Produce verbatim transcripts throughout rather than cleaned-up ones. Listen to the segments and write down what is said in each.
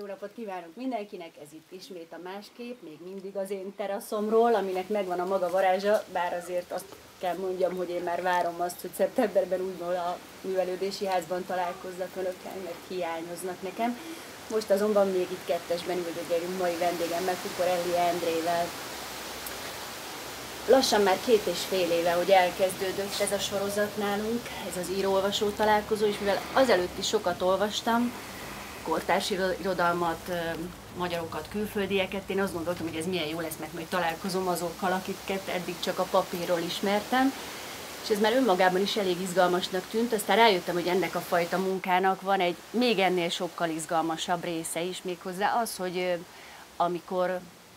Jó napot kívánok mindenkinek, ez itt ismét a Máskép, még mindig az én teraszomról, aminek megvan a maga varázsa, bár azért azt kell mondjam, hogy én már várom azt, hogy szeptemberben úgymond a művelődési házban találkozzak önökkel, mert hiányoznak nekem. Most azonban még itt kettesben üldögélünk mai vendégemmel, Kukorelli Endrével. Lassan már két és fél éve, hogy elkezdődött ez a sorozat nálunk, ez az író-olvasó találkozó, és mivel azelőtt is sokat olvastam, kortárs irodalmat, magyarokat, külföldieket, én azt gondoltam, hogy ez milyen jó lesz, mert majd találkozom azokkal, akiket eddig csak a papírról ismertem, és ez már önmagában is elég izgalmasnak tűnt, aztán rájöttem, hogy ennek a fajta munkának van egy még ennél sokkal izgalmasabb része is, méghozzá az, hogy amikor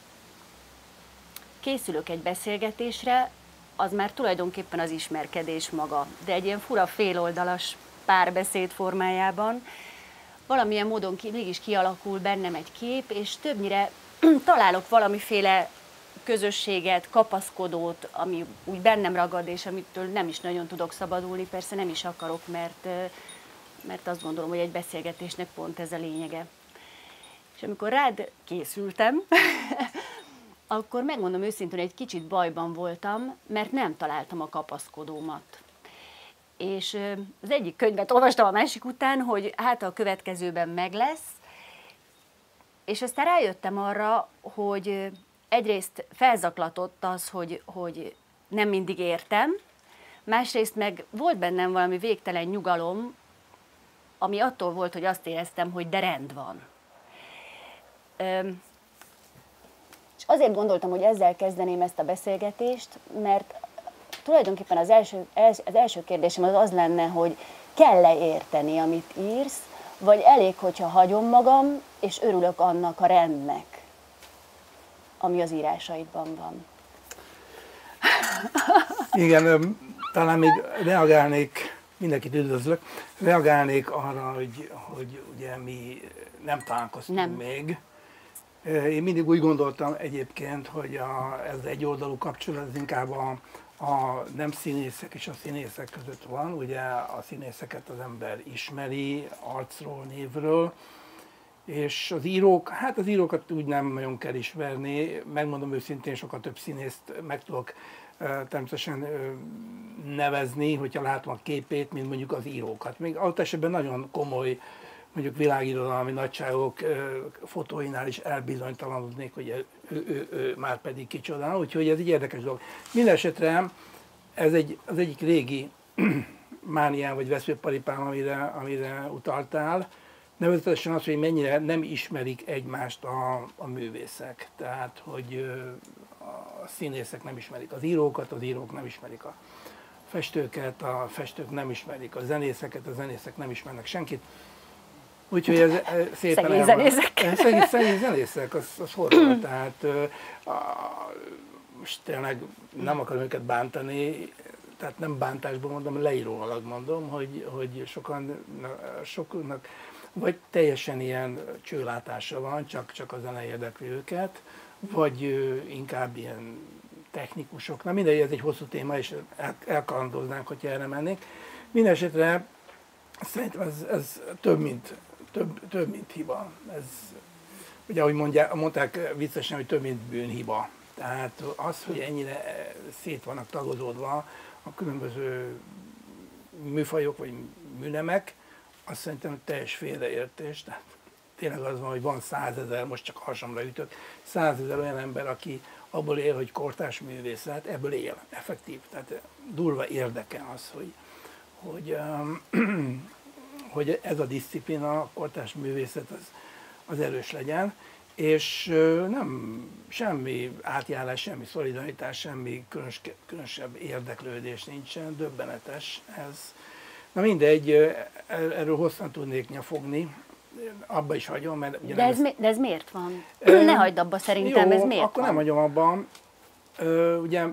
készülök egy beszélgetésre, az már tulajdonképpen az ismerkedés maga, de egy ilyen fura féloldalas párbeszéd formájában, valamilyen módon ki, mégis kialakul bennem egy kép, és többnyire találok valamiféle közösséget, kapaszkodót, ami úgy bennem ragad, és amitől nem is nagyon tudok szabadulni, persze nem is akarok, mert, mert azt gondolom, hogy egy beszélgetésnek pont ez a lényege. És amikor rád készültem, akkor megmondom őszintén, egy kicsit bajban voltam, mert nem találtam a kapaszkodómat. És az egyik könyvet olvastam a másik után, hogy hát a következőben meg lesz, és aztán rájöttem arra, hogy egyrészt felzaklatott az, hogy, hogy nem mindig értem, másrészt meg volt bennem valami végtelen nyugalom, ami attól volt, hogy azt éreztem, hogy de rend van. És azért gondoltam, hogy ezzel kezdeném ezt a beszélgetést, mert tulajdonképpen az első, az első kérdésem az az lenne, hogy kell-e érteni, amit írsz, vagy elég, hogyha hagyom magam, és örülök annak a rendnek, ami az írásaidban van. Igen, talán még reagálnék, mindenkit üdvözlök, reagálnék arra, hogy, hogy ugye mi nem találkoztunk nem. még. Én mindig úgy gondoltam egyébként, hogy a, ez egy oldalú kapcsolat, ez inkább a, a nem színészek és a színészek között van. Ugye a színészeket az ember ismeri arcról, névről, és az írók, hát az írókat úgy nem nagyon kell ismerni, megmondom őszintén, sokkal több színészt meg tudok természetesen nevezni, hogyha látom a képét, mint mondjuk az írókat. Még ott esetben nagyon komoly, mondjuk világirodalmi nagyságok fotóinál is elbizonytalanodnék, hogy ő, ő, ő, ő már pedig kicsoda, úgyhogy ez egy érdekes dolog. Mindenesetre ez egy, az egyik régi mániám vagy veszőparipám, amire, amire utaltál, nevezetesen az, hogy mennyire nem ismerik egymást a, a művészek. Tehát, hogy a színészek nem ismerik az írókat, az írók nem ismerik a festőket, a festők nem ismerik a zenészeket, a zenészek nem ismernek senkit. Úgyhogy ez szépen szegény zenészek. Szegény, szegény zenészek, az, az horror. Tehát a, most tényleg nem akarom őket bántani, tehát nem bántásból mondom, leírólag mondom, hogy, hogy sokan, soknak vagy teljesen ilyen csőlátása van, csak, csak a zene érdekli őket, vagy inkább ilyen technikusok. Na mindegy, ez egy hosszú téma, és el, elkalandoznánk, hogyha erre mennék. Mindenesetre szerintem ez, ez több, mint, több, több, mint hiba. Ez, ugye, ahogy mondják, mondták viccesen, hogy több, mint bűnhiba. Tehát az, hogy ennyire szét vannak tagozódva a különböző műfajok vagy műnemek, azt szerintem teljes félreértés. Tehát tényleg az van, hogy van százezer, most csak hasamra ütök, százezer olyan ember, aki abból él, hogy kortárs művészet, ebből él, effektív. Tehát durva érdeke az, hogy, hogy, um, hogy ez a diszciplína, a kortárs művészet az, az erős legyen, és nem semmi átjárás, semmi szolidaritás, semmi különös, különösebb érdeklődés nincsen, döbbenetes ez. Na mindegy, erről hosszan tudnék nyafogni, abba is hagyom, mert... Ugye de, ez mi, de ez miért van? E, ne hagyd abba szerintem, jó, ez miért akkor van? nem hagyom abban. Ugye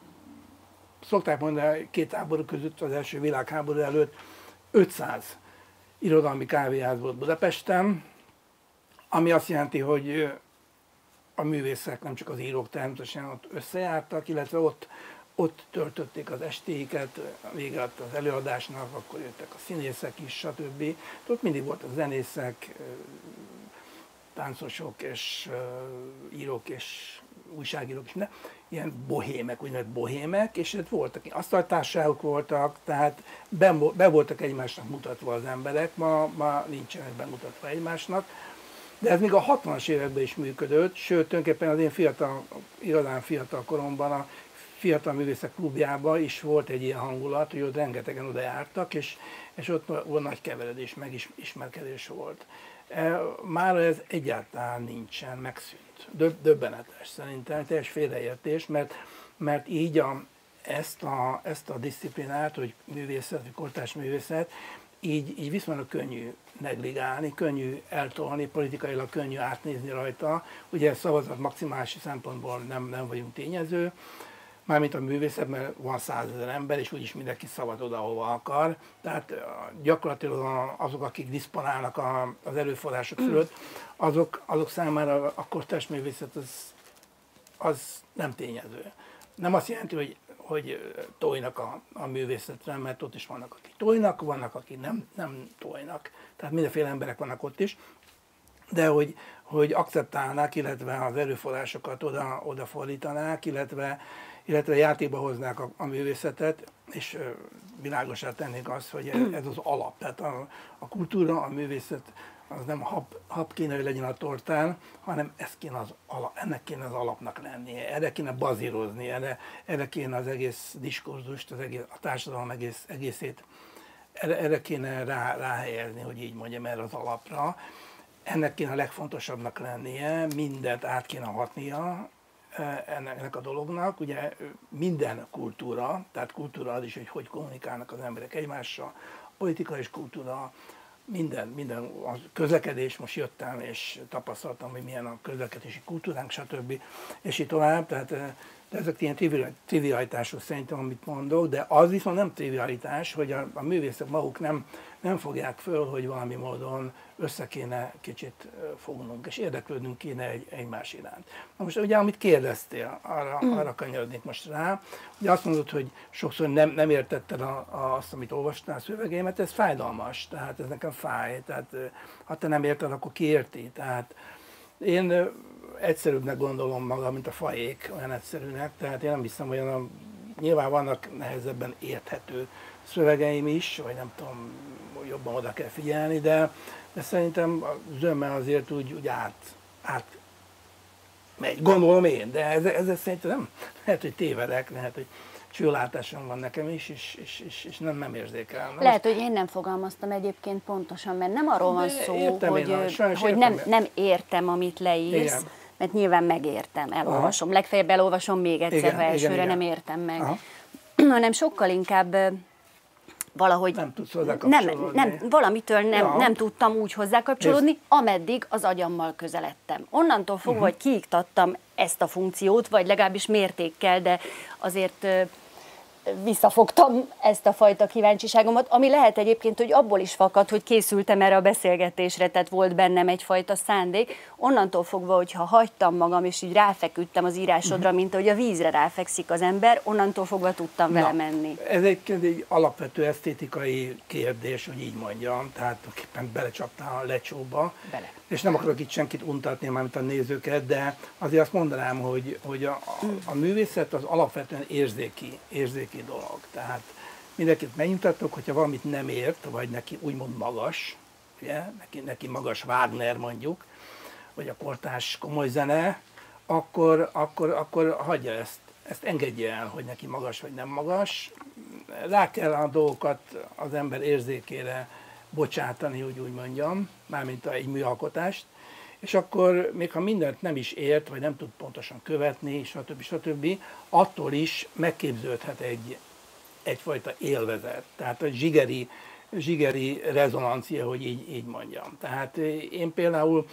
szokták mondani, két háború között, az első világháború előtt ötszáz irodalmi kávéház volt Budapesten, ami azt jelenti, hogy a művészek, nem csak az írók természetesen ott összejártak, illetve ott, ott töltötték az estéiket, vége az előadásnak, akkor jöttek a színészek is, stb. Ott mindig volt a zenészek, táncosok, és uh, írók, és újságírók, és minden, ilyen bohémek, úgynevezett bohémek, és ott voltak, asztaltársaságok voltak, tehát be, be voltak egymásnak mutatva az emberek, ma, ma nincsenek bemutatva egymásnak, de ez még a hatvanas években is működött, sőt, tulajdonképpen az én fiatal, igazán fiatal koromban a Fiatal Művészek Klubjában is volt egy ilyen hangulat, hogy ott rengetegen oda jártak, és, és ott volt nagy keveredés, meg is, ismerkedés volt. Már ez egyáltalán nincsen, megszűnt. Döbbenetes szerintem, teljes félreértés, mert, mert így a, ezt, a, ezt a disziplinát, hogy művészet, vagy kortárs művészet, így, így viszonylag könnyű negligálni, könnyű eltolni, politikailag könnyű átnézni rajta. Ugye szavazat maximális szempontból nem, nem vagyunk tényező, mármint a művészet, mert van százezer ember, és úgyis mindenki szavaz oda, ahova akar. Tehát gyakorlatilag azok, akik diszponálnak az erőforrások fölött, azok, azok számára a kortárs művészet az, az nem tényező. Nem azt jelenti, hogy, hogy tojnak a, a művészetre, mert ott is vannak, akik tojnak, vannak, akik nem, nem tojnak. Tehát mindenféle emberek vannak ott is, de hogy, hogy akceptálnák, illetve az erőforrásokat oda, oda fordítanák, illetve illetve játékba hoznák a, a művészetet, és ö, világosá tennék azt, hogy ez, ez az alap. Tehát a, a kultúra, a művészet az nem hab, hab kéne, hogy legyen a tortán, hanem ez kéne az alap, ennek kéne az alapnak lennie, erre kéne bazírozni, erre, erre kéne az egész diskurzust, az egész, a társadalom egész, egészét, erre, erre kéne rá, ráhelyezni, hogy így mondjam, erre az alapra. Ennek kéne a legfontosabbnak lennie, mindent át kéne hatnia, ennek a dolognak. Ugye minden kultúra, tehát kultúra az is, hogy hogy kommunikálnak az emberek egymással, politika és kultúra, minden, minden a közlekedés, most jöttem és tapasztaltam, hogy milyen a közlekedési kultúránk, stb. És így tovább, tehát de ezek ilyen trivialitások szerintem, amit mondok, de az viszont nem trivialitás, hogy a, a művészek maguk nem, nem fogják föl, hogy valami módon össze kéne kicsit fognunk, és érdeklődnünk kéne egy, egymás iránt. Na most ugye, amit kérdeztél, arra, mm. arra kanyarodnék most rá, ugye azt mondod, hogy sokszor nem, nem értetted a, a, azt, amit olvastál a szövegeimet, ez fájdalmas, tehát ez nekem fáj, tehát ha te nem érted, akkor ki érti, tehát én egyszerűbbnek gondolom magam, mint a fajék, olyan egyszerűnek, tehát én nem hiszem, hogy olyan, nyilván vannak nehezebben érthető szövegeim is, vagy nem tudom, jobban oda kell figyelni, de, de szerintem a zömmel azért úgy, úgy át, át megy, gondolom én, de ez, ez szerintem nem, lehet, hogy tévedek, lehet, hogy csőlátásom van nekem is, és, és, és, és nem, nem érzékelem. Lehet, most... hogy én nem fogalmaztam egyébként pontosan, mert nem arról van szó, hogy, a, hogy nem, nem értem, amit leírsz, igen. Mert nyilván megértem, elolvasom. Aha. Legfeljebb elolvasom még egyszer, igen, ha elsőre igen, igen. nem értem meg. Aha. Hanem sokkal inkább valahogy nem, tudsz nem, nem, valamitől nem, ja. nem tudtam úgy hozzákapcsolódni, ameddig az agyammal közeledtem. Onnantól fogva, uh-huh. hogy kiiktattam ezt a funkciót, vagy legalábbis mértékkel, de azért visszafogtam ezt a fajta kíváncsiságomat, ami lehet egyébként, hogy abból is fakad, hogy készültem erre a beszélgetésre, tehát volt bennem egyfajta szándék. Onnantól fogva, hogyha hagytam magam, és így ráfeküdtem az írásodra, mint ahogy a vízre ráfekszik az ember, onnantól fogva tudtam vele menni. Ez egy, egy alapvető esztétikai kérdés, hogy így mondjam, tehát éppen belecsaptál a lecsóba. Bele. És nem akarok itt senkit untatni, mármint a nézőket, de azért azt mondanám, hogy, hogy a, a, a művészet az alapvetően érzéki, érzéki dolog. Tehát mindenkit megnyugtatok, hogyha valamit nem ért, vagy neki úgymond magas, ugye, neki, neki magas Wagner mondjuk, vagy a kortárs komoly zene, akkor, akkor, akkor hagyja ezt, ezt engedje el, hogy neki magas vagy nem magas. Rá kell a dolgokat az ember érzékére bocsátani, hogy úgy mondjam, mármint egy műalkotást, és akkor még ha mindent nem is ért, vagy nem tud pontosan követni, stb. stb., attól is megképződhet egy, egyfajta élvezet, tehát a zsigeri, zsigeri rezonancia, hogy így, így mondjam. Tehát én például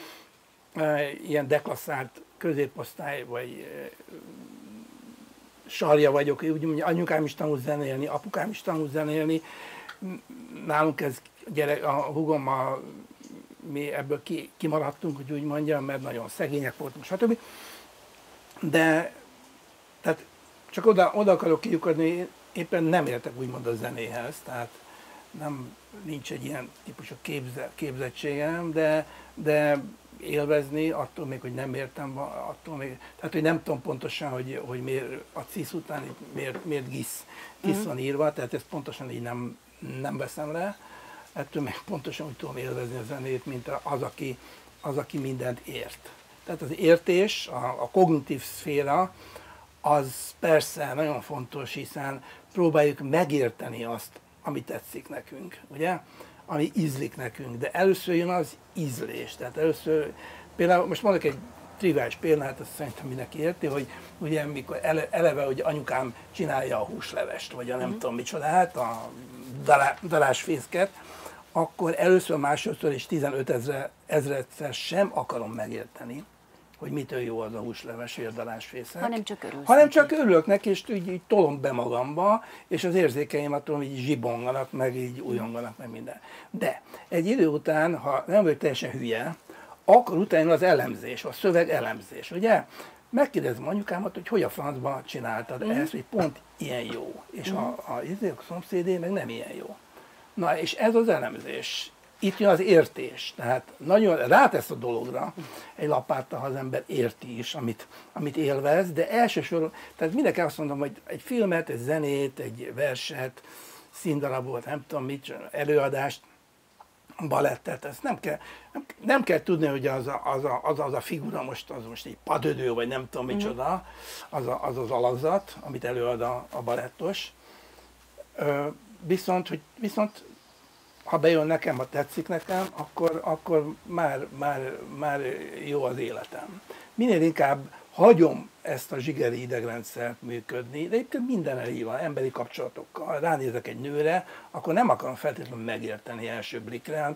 e, ilyen deklasszált középosztály, vagy e, sarja vagyok, úgy mondja, anyukám is tanult zenélni, apukám is tanult zenélni, nálunk ez gyerek, a húgommal mi ebből ki, kimaradtunk, hogy úgy mondjam, mert nagyon szegények voltunk, stb. De tehát csak oda, oda akarok kiukadni, éppen nem értek úgymond a zenéhez, tehát nem, nincs egy ilyen típusú képze, képzettségem, de, de élvezni, attól még, hogy nem értem, attól még, tehát hogy nem tudom pontosan, hogy, hogy miért a cisz után miért, miért gisz, gisz van írva, tehát ezt pontosan így nem, nem veszem le, ettől még pontosan úgy tudom élvezni a zenét, mint az, aki, az, aki mindent ért. Tehát az értés, a, a kognitív szféra, az persze nagyon fontos, hiszen próbáljuk megérteni azt, ami tetszik nekünk, ugye? Ami ízlik nekünk, de először jön az ízlés. Tehát először, például most mondok egy triviális példát, azt szerintem mindenki érti, hogy ugye mikor ele, eleve, hogy anyukám csinálja a húslevest, vagy a nem mm. tudom micsodát, a darásfészket, akkor először, másodszor és tizenöt ezredszer sem akarom megérteni, hogy mitől jó az a húsleves, vagy a darásfészek. Hanem csak örülsz. Hanem csak örülök neki, és így, így tolom be magamba, és az érzékeim attól így zsibonganak, meg így újonganak, meg minden. De egy idő után, ha nem vagyok teljesen hülye, akkor utána az elemzés, a szöveg elemzés, ugye? Megkérdezem anyukámat, hogy hogy a francban csináltad mm. ezt, hogy pont ilyen jó, és mm. a, a, a szomszédé meg nem ilyen jó. Na, és ez az elemzés. Itt jön az értés, tehát nagyon rátesz a dologra egy lapáttal, ha az ember érti is, amit, amit élvez, de elsősorban, tehát mindenki azt mondom, hogy egy filmet, egy zenét, egy verset, színdarabot, nem tudom mit, előadást, balettet, ezt nem kell, nem, nem kell tudni, hogy az a, az, a, az, az a figura most, az most egy padödő, vagy nem tudom micsoda, az, a, az az alakzat, amit előad a, a balettos. Ö, viszont, hogy, viszont ha bejön nekem, ha tetszik nekem, akkor, akkor már, már, már jó az életem. Minél inkább hagyom ezt a zsigeri idegrendszert működni, de egyébként mindenre így van, emberi kapcsolatokkal. Ránézek egy nőre, akkor nem akarom feltétlenül megérteni első blikre,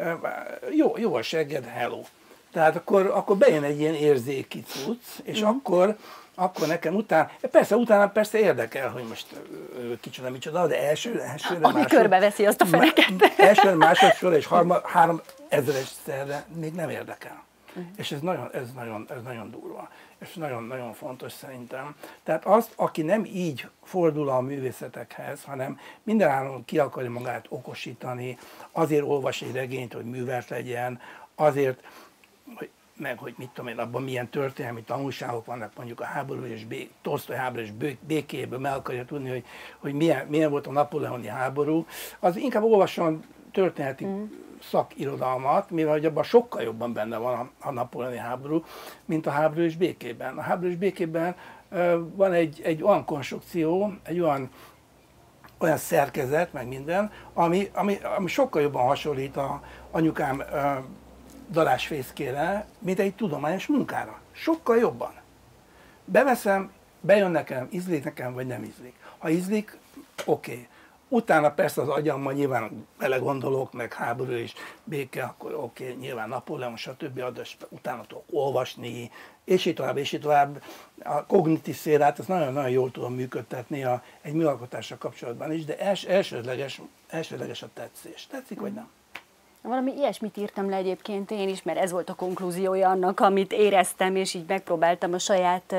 jó, jó a segged, hello. Tehát akkor, akkor bejön egy ilyen érzéki cucc, és mm. akkor, akkor nekem utána, persze utána persze érdekel, hogy most kicsoda, micsoda, de első, elsőre, Ami másod, körbeveszi azt a feneket. Elsőre, másodszor és harma, három ezeresszerre még nem érdekel. Uh-huh. És ez nagyon, ez, nagyon, ez nagyon durva, és nagyon, nagyon fontos szerintem. Tehát azt, aki nem így fordul a művészetekhez, hanem mindenáron ki akarja magát okosítani, azért olvas egy regényt, hogy művelt legyen, azért, hogy, meg hogy mit tudom én, abban milyen történelmi tanulságok vannak, mondjuk a háború és bé, Tolsztoj háború és békéből, meg akarja tudni, hogy, hogy milyen, milyen volt a napóleoni háború, az inkább olvasson történeti uh-huh. szakirodalmat, mivel hogy abban sokkal jobban benne van a, a napóleoni háború, mint a háború és békében. A háború és békében uh, van egy, egy olyan konstrukció, egy olyan, olyan szerkezet, meg minden, ami, ami, ami sokkal jobban hasonlít a anyukám uh, darásfészkére, mint egy tudományos munkára. Sokkal jobban. Beveszem, bejön nekem, ízlik nekem, vagy nem ízlik. Ha ízlik, oké. Okay. Utána persze az agyammal nyilván belegondolok, meg háború és béke, akkor oké, okay, nyilván Napóleon, stb. Adás, utána tudok olvasni, és így tovább, és így tovább. A kognitív szférát, ezt nagyon-nagyon jól tudom működtetni a, egy műalkotással kapcsolatban is, de els, elsődleges, elsődleges a tetszés. Tetszik, vagy nem? Valami ilyesmit írtam le egyébként én is, mert ez volt a konklúziója annak, amit éreztem, és így megpróbáltam a saját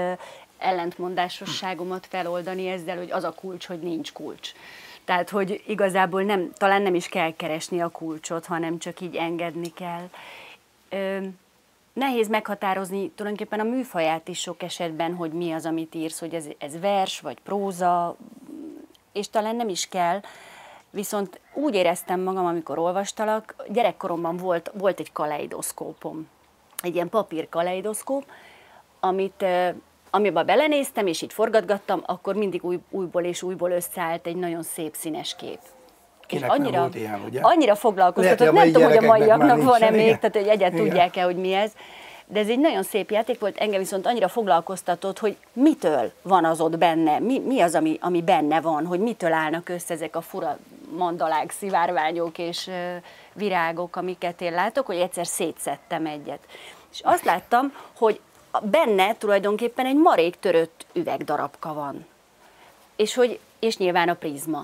ellentmondásosságomat feloldani ezzel, hogy az a kulcs, hogy nincs kulcs. Tehát, hogy igazából nem, talán nem is kell keresni a kulcsot, hanem csak így engedni kell. Ö, nehéz meghatározni tulajdonképpen a műfaját is sok esetben, hogy mi az, amit írsz, hogy ez, ez vers, vagy próza, és talán nem is kell. Viszont úgy éreztem magam, amikor olvastalak, gyerekkoromban volt, volt egy kaleidoszkópom, egy ilyen papír kaleidoszkóp, amit, amiben belenéztem, és így forgatgattam, akkor mindig új, újból és újból összeállt egy nagyon szép színes kép. Kinek és annyira, volt ilyen, ugye? Annyira foglalkoztatott, nem tudom, hogy a maiaknak van-e még, tehát hogy egyet tudják-e, hogy mi ez. De ez egy nagyon szép játék volt, engem viszont annyira foglalkoztatott, hogy mitől van az ott benne, mi, mi az, ami, ami benne van, hogy mitől állnak össze ezek a fura mandalák, szivárványok és uh, virágok, amiket én látok, hogy egyszer szétszedtem egyet. És azt láttam, hogy benne tulajdonképpen egy marék törött üvegdarabka van. És, hogy, és nyilván a prizma.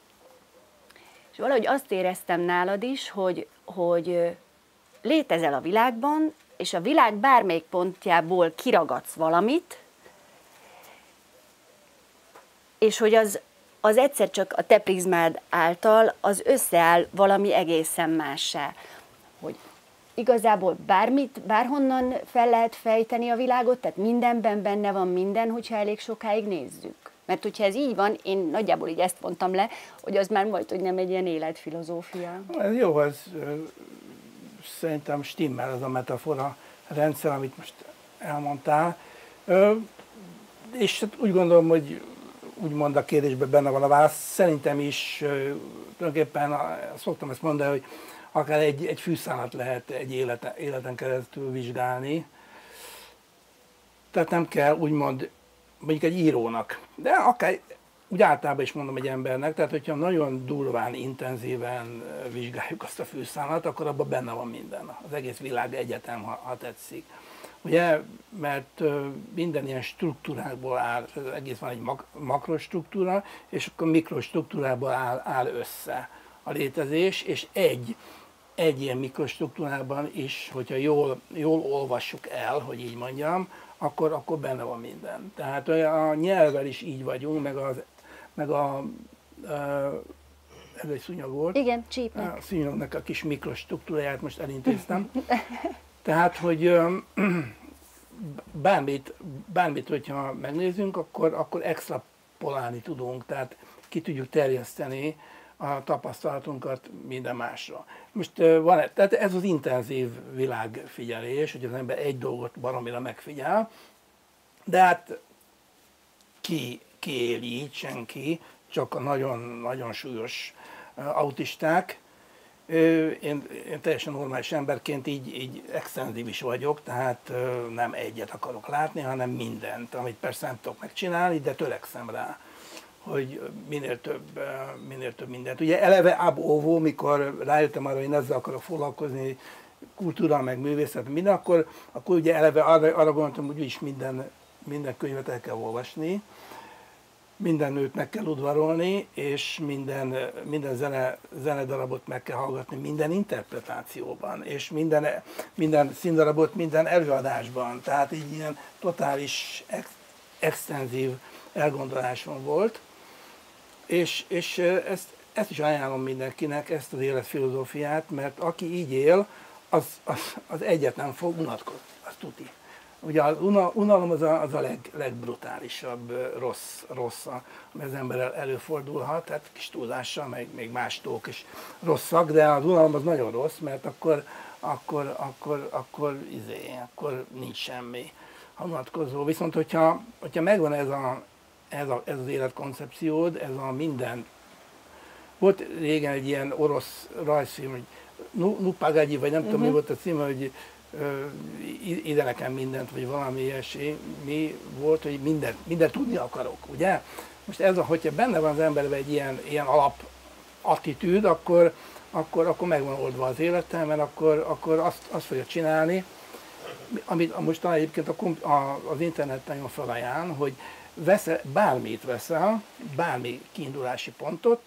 És valahogy azt éreztem nálad is, hogy, hogy létezel a világban, és a világ bármelyik pontjából kiragadsz valamit, és hogy az, az egyszer csak a te prizmád által az összeáll valami egészen mássá. Hogy igazából bármit, bárhonnan fel lehet fejteni a világot, tehát mindenben benne van minden, hogyha elég sokáig nézzük. Mert hogyha ez így van, én nagyjából így ezt mondtam le, hogy az már majd, hogy nem egy ilyen életfilozófia. Ez jó, ez szerintem stimmel ez a metafora rendszer, amit most elmondtál. És úgy gondolom, hogy úgymond a kérdésben benne van a válasz. Szerintem is tulajdonképpen szoktam ezt mondani, hogy akár egy, egy fűszálat lehet egy életen, életen keresztül vizsgálni. Tehát nem kell úgymond mondjuk egy írónak, de akár úgy általában is mondom egy embernek, tehát hogyha nagyon durván, intenzíven vizsgáljuk azt a fűszálat, akkor abban benne van minden, az egész világ egyetem, ha, ha tetszik. Ugye, mert minden ilyen struktúrákból áll, az egész van egy mak- makrostruktúra, és akkor mikrostruktúrából áll, áll össze a létezés, és egy, egy ilyen mikrostruktúrában is, hogyha jól, jól olvassuk el, hogy így mondjam, akkor, akkor benne van minden. Tehát a nyelvvel is így vagyunk, meg, az, meg a, ez egy szúnyog volt. Igen, csípnek. A szúnyognak a kis mikrostruktúráját most elintéztem. Tehát, hogy bármit, bármit, hogyha megnézzünk, akkor, akkor extrapolálni tudunk, tehát ki tudjuk terjeszteni a tapasztalatunkat minden másra. Most van, tehát ez az intenzív világfigyelés, hogy az ember egy dolgot baromira megfigyel, de hát ki, ki él így, senki, csak a nagyon-nagyon súlyos autisták. Én, én teljesen normális emberként így, így extenzív is vagyok, tehát nem egyet akarok látni, hanem mindent, amit persze nem tudok megcsinálni, de törekszem rá, hogy minél több, minél több mindent. Ugye eleve ab ovo, mikor rájöttem arra, hogy én ezzel akarok foglalkozni, kultúra, meg művészet, minden, akkor, akkor ugye eleve arra, arra gondoltam, hogy is minden, minden könyvet el kell olvasni, minden nőt meg kell udvarolni, és minden, minden zene, zenedarabot meg kell hallgatni minden interpretációban, és minden, minden színdarabot minden előadásban. Tehát így ilyen totális, ex, extenzív elgondolásom volt, és, és ezt, ezt is ajánlom mindenkinek, ezt az életfilozófiát, mert aki így él, az, az, az egyet nem fog unatkozni, az tuti. Ugye az unalom az a, az a leg, legbrutálisabb rossz, rossz, ami az emberrel előfordulhat, tehát kis túlzással, meg még más dolgok is rosszak, de az unalom az nagyon rossz, mert akkor, akkor, akkor, akkor, izé, akkor nincs semmi unatkozó. Viszont hogyha, hogyha megvan ez, a, ez, a, ez az életkoncepciód, ez a minden. Volt régen egy ilyen orosz rajzfilm, hogy Nupagagyi, vagy nem uh-huh. tudom mi volt a címe, hogy ide nekem mindent, vagy valami ilyesmi, mi volt, hogy mindent, mindent tudni akarok, ugye? Most ez, a, hogyha benne van az emberben egy ilyen, ilyen alap attitűd, akkor, akkor, akkor meg van oldva az életem, mert akkor, akkor azt, azt fogja csinálni, amit most egyébként a, a, az internet nagyon felajánl, hogy veszel, bármit veszel, bármi kiindulási pontot,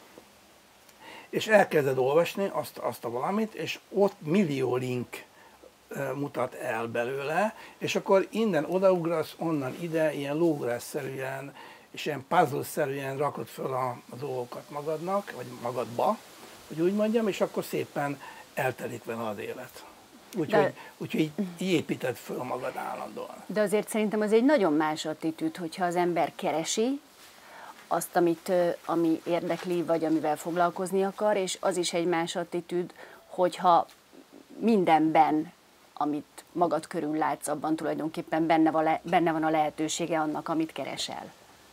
és elkezded olvasni azt, azt a valamit, és ott millió link mutat el belőle, és akkor innen odaugrasz, onnan ide, ilyen lógrászszerűen, és ilyen puzzle-szerűen rakod föl a, a dolgokat magadnak, vagy magadba, hogy úgy mondjam, és akkor szépen eltelik vele az élet. Úgyhogy de... úgy, így, így építed föl magad állandóan. De azért szerintem az egy nagyon más attitűd, hogyha az ember keresi azt, amit, ami érdekli, vagy amivel foglalkozni akar, és az is egy más attitűd, hogyha mindenben, amit magad körül látsz, abban tulajdonképpen benne van, le, benne van a lehetősége annak, amit keresel.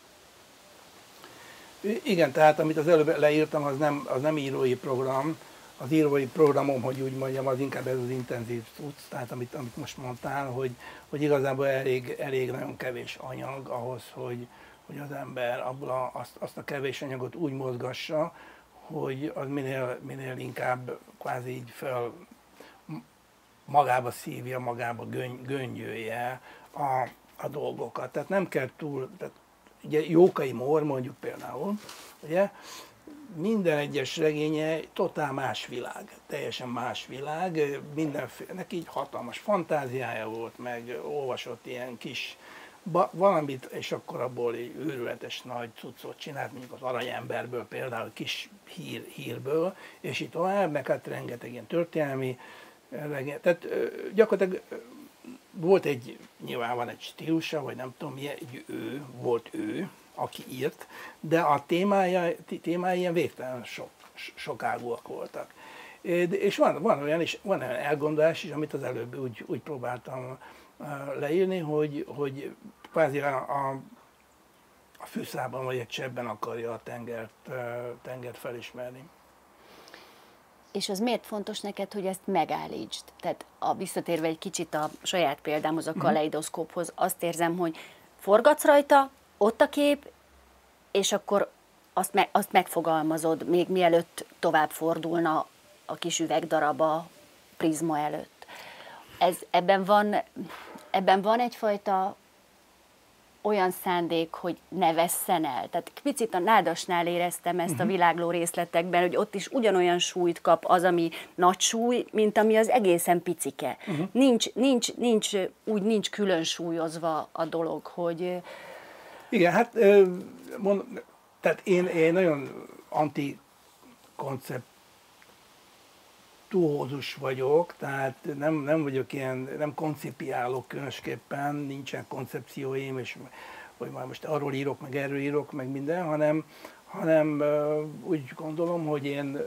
Igen, tehát amit az előbb leírtam, az nem, az nem írói program. Az írói programom, hogy úgy mondjam, az inkább ez az intenzív tudsz, tehát amit, amit most mondtál, hogy, hogy igazából elég, elég nagyon kevés anyag ahhoz, hogy, hogy az ember abból a, azt, azt a kevés anyagot úgy mozgassa, hogy az minél, minél inkább kvázi így föl magába szívja, magába gönny, göngyölje a, a dolgokat. Tehát nem kell túl, tehát ugye Jókai Mór mondjuk például, ugye, minden egyes regénye totál más világ, teljesen más világ, mindenféle, neki így hatalmas fantáziája volt, meg olvasott ilyen kis ba, valamit, és akkor abból egy őrületes nagy cuccot csinált, mondjuk az Aranyemberből például, kis hír, hírből, és így tovább, meg hát rengeteg ilyen történelmi Tehát gyakorlatilag volt egy, nyilván van egy stílusa, vagy nem tudom, milyen, egy ő, volt ő, aki írt, de a témája, témái ilyen végtelen sok, sokágúak voltak. És van, van olyan is, van olyan elgondolás is, amit az előbb úgy, úgy próbáltam leírni, hogy, hogy kvázi a, a, a fűszában vagy egy csebben akarja a tengert, tengert felismerni. És az miért fontos neked, hogy ezt megállítsd? Tehát a, visszatérve egy kicsit a saját példámhoz, a kaleidoszkóphoz, azt érzem, hogy forgatsz rajta, ott a kép, és akkor azt, me, azt megfogalmazod, még mielőtt tovább fordulna a kis üvegdarab a prizma előtt. Ez, ebben, van, ebben van egyfajta olyan szándék, hogy ne vesszen el. Tehát picit a nádasnál éreztem ezt a világló részletekben, hogy ott is ugyanolyan súlyt kap az, ami nagy súly, mint ami az egészen picike. Uh-huh. Nincs, nincs, nincs, úgy nincs külön súlyozva a dolog, hogy... Igen, hát mond, tehát én, én nagyon antikonceptuózus vagyok, tehát nem, nem vagyok ilyen, nem koncipiálok különösképpen, nincsen koncepcióim, és hogy már most arról írok, meg erről írok, meg minden, hanem, hanem úgy gondolom, hogy én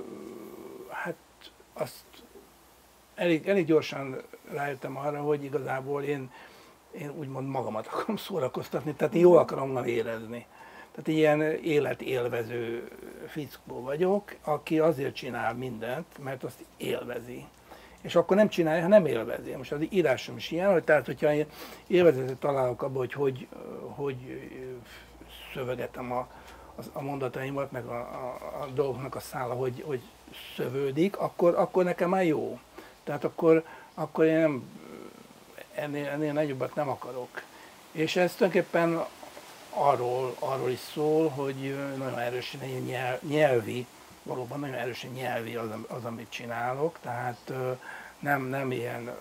hát azt elég, elég gyorsan rájöttem arra, hogy igazából én, én úgymond magamat akarom szórakoztatni, tehát én jól akarom érezni. Tehát ilyen életélvező fickó vagyok, aki azért csinál mindent, mert azt élvezi. És akkor nem csinálja, ha nem élvezi. Most az írásom is ilyen, hogy tehát, hogyha én élvezetet találok abban, hogy hogy, hogy szövegetem a, a mondataimat, meg a, a, a dolgoknak a szála, hogy, hogy szövődik, akkor, akkor nekem már jó. Tehát akkor, akkor én nem, ennél, ennél nagyobbat nem akarok. És ez tulajdonképpen arról, arról is szól, hogy nagyon erősen nyelv, nyelvi, valóban nagyon erősen nyelvi az, az, amit csinálok, tehát nem, nem ilyen,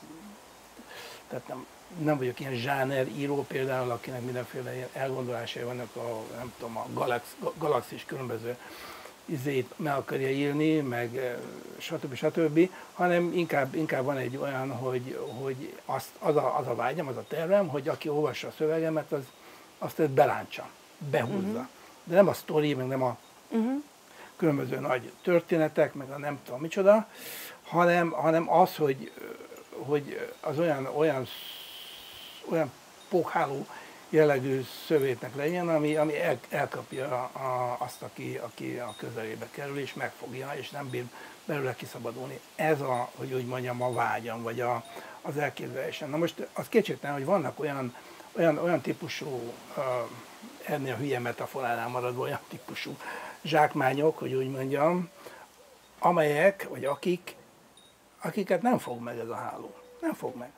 tehát nem, nem vagyok ilyen zsáneríró például, akinek mindenféle ilyen elgondolásai vannak, a, nem tudom, a galax, galaxis különböző izét meg akarja írni, meg stb. stb., hanem inkább, inkább van egy olyan, hogy, hogy azt, az, a, az a vágyam, az a tervem, hogy aki olvassa a szövegemet, az azt ezt belántsa, behúzza. Uh-huh. De nem a sztori, meg nem a uh-huh. különböző nagy történetek, meg a nem tudom micsoda, hanem, hanem az, hogy, hogy az olyan, olyan, olyan pókháló jellegű szövétnek legyen, ami, ami el, elkapja a, azt, aki, aki a közelébe kerül, és megfogja, és nem bír belőle kiszabadulni. Ez a, hogy úgy mondjam, a vágyam, vagy a, az elképzelésem. Na most az kétségtelen, hogy vannak olyan Olyan, olyan típusú, uh, ennél a hülye metaforánál maradva, olyan típusú zsákmányok, hogy úgy mondjam, amelyek, vagy akik, akiket nem fog meg ez a háló. Nem fog meg.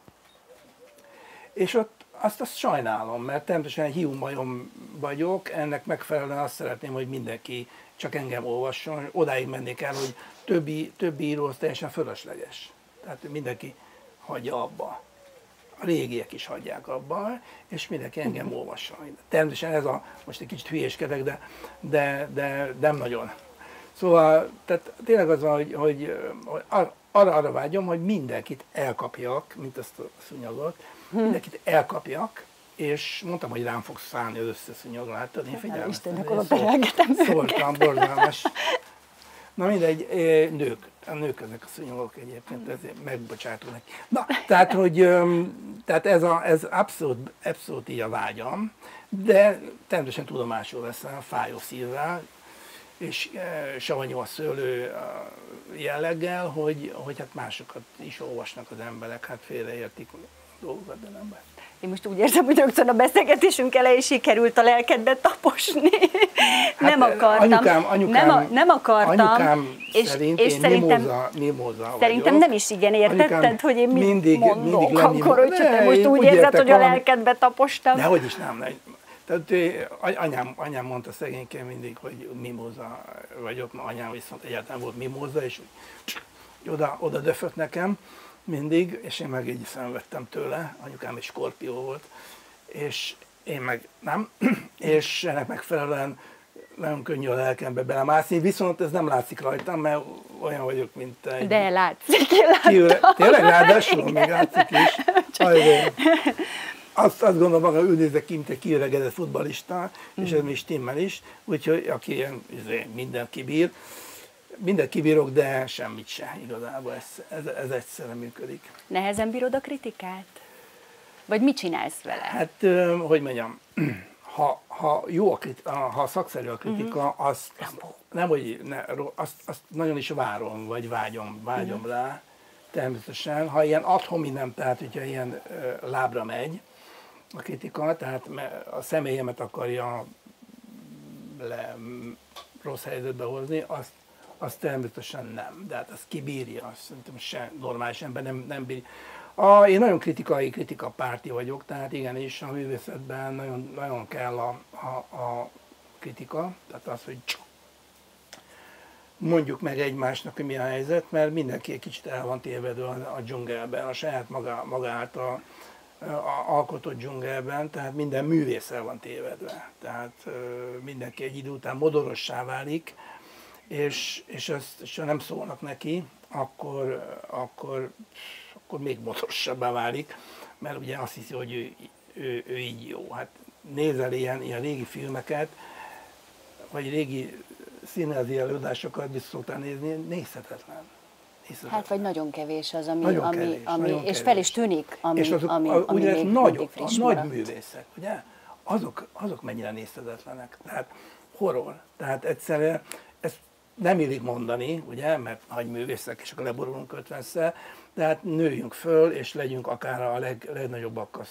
És ott azt, azt sajnálom, mert természetesen hiú majom vagyok, ennek megfelelően azt szeretném, hogy mindenki csak engem olvasson, odáig mennék el, hogy többi, többi író az teljesen fölösleges. Tehát mindenki hagyja abba. A régiek is hagyják abba, és mindenki engem olvasson. Természetesen ez a, most egy kicsit hülyéskedek, de, de, de nem nagyon. Szóval, tehát tényleg az van, hogy, hogy arra, arra vágyom, hogy mindenkit elkapjak, mint ezt a szúnyogot, mindenkit elkapjak, és mondtam, hogy rám fogsz szállni az összeszúnyog, láttad? Én figyelmeztem. Istennek, oda perelgetem őket. Szóltam, borzalmas. Na mindegy, nők, a nők ezek a szúnyogok egyébként, ezért megbocsátok neki. Na, tehát, hogy tehát ez, a, ez abszolút, abszolút így a vágyam, de természetesen tudomásul veszem, fájó szívvel, és savanyú a szőlő jelleggel, hogy, hogy hát másokat is olvasnak az emberek, hát félreértik dolgokat, de nem bár. Én most úgy érzem, hogy rögtön a beszélgetésünk elején sikerült a lelkedbe taposni. Hát nem akartam. Anyukám, anyukám, nem, a, nem akartam. Anyukám és, szerint és én szerintem, mimóza, mimóza Szerintem vagyok. nem is igen értetted, anyukám hogy én mit mindig, mondok, mindig akkor, hogyha te most úgy érzed, hogy a lelkedbe tapostam. Nehogy is nem. nem. Tehát anyám, anyám mondta szegényként mindig, hogy mimóza vagyok, ma anyám viszont egyáltalán volt mimóza, és oda, oda döfött nekem mindig, és én meg így szenvedtem tőle, anyukám is skorpió volt, és én meg nem, és ennek megfelelően nagyon könnyű a lelkembe belemászni, viszont ez nem látszik rajtam, mert olyan vagyok, mint egy... De látszik, én Kiüre... Tényleg ráadásul, még látszik is. Azért. Azt, azt gondolom, maga úgy nézek ki, mint egy kiöregedett futballista, mm. és ez még stimmel is, úgyhogy aki ilyen, mindent kibír, mindent kibírok, de semmit se igazából, ez, ez, ez egyszerűen működik. Nehezen bírod a kritikát? Vagy mit csinálsz vele? Hát, hogy mondjam, ha, ha jó a kritika, ha szakszerű a kritika, mm-hmm. azt, azt nem, hogy ne, azt, azt nagyon is várom, vagy vágyom, vágyom mm-hmm. rá, természetesen. Ha ilyen ad hominem, tehát hogyha ilyen ö, lábra megy a kritika, tehát a személyemet akarja le, rossz helyzetbe hozni, azt, azt természetesen nem. De hát azt kibírja, azt szerintem se normális ember nem, nem bírja. A, én nagyon kritikai, kritikapárti vagyok, tehát igenis a művészetben nagyon, nagyon kell a, a, a kritika, tehát az, hogy mondjuk meg egymásnak, hogy mi a helyzet, mert mindenki egy kicsit el van tévedve a, a dzsungelben, a saját maga, maga által a, a alkotott dzsungelben, tehát minden művész el van tévedve. Tehát ö, mindenki egy idő után modorossá válik, és, és, ezt, és ha nem szólnak neki, akkor, akkor, akkor még modorosabbá válik, mert ugye azt hiszi, hogy ő, ő, ő így jó. Hát nézel ilyen, ilyen régi filmeket, vagy régi színházi előadásokat biztos szoktál nézni, nézhetetlen. nézhetetlen. Hát vagy nagyon kevés az, ami, nagyon ami, kevés, ami nagyon és kevés. fel is tűnik, ami, és azok, ami, a, ami ugye még nagy, friss a maradt. nagy művészek, ugye? Azok, azok mennyire nézhetetlenek. Tehát horror. Tehát egyszerűen ezt nem illik mondani, ugye, mert nagy művészek, és akkor leborulunk ötvenszer, de hát nőjünk föl, és legyünk akár a leg, legnagyobbakkal,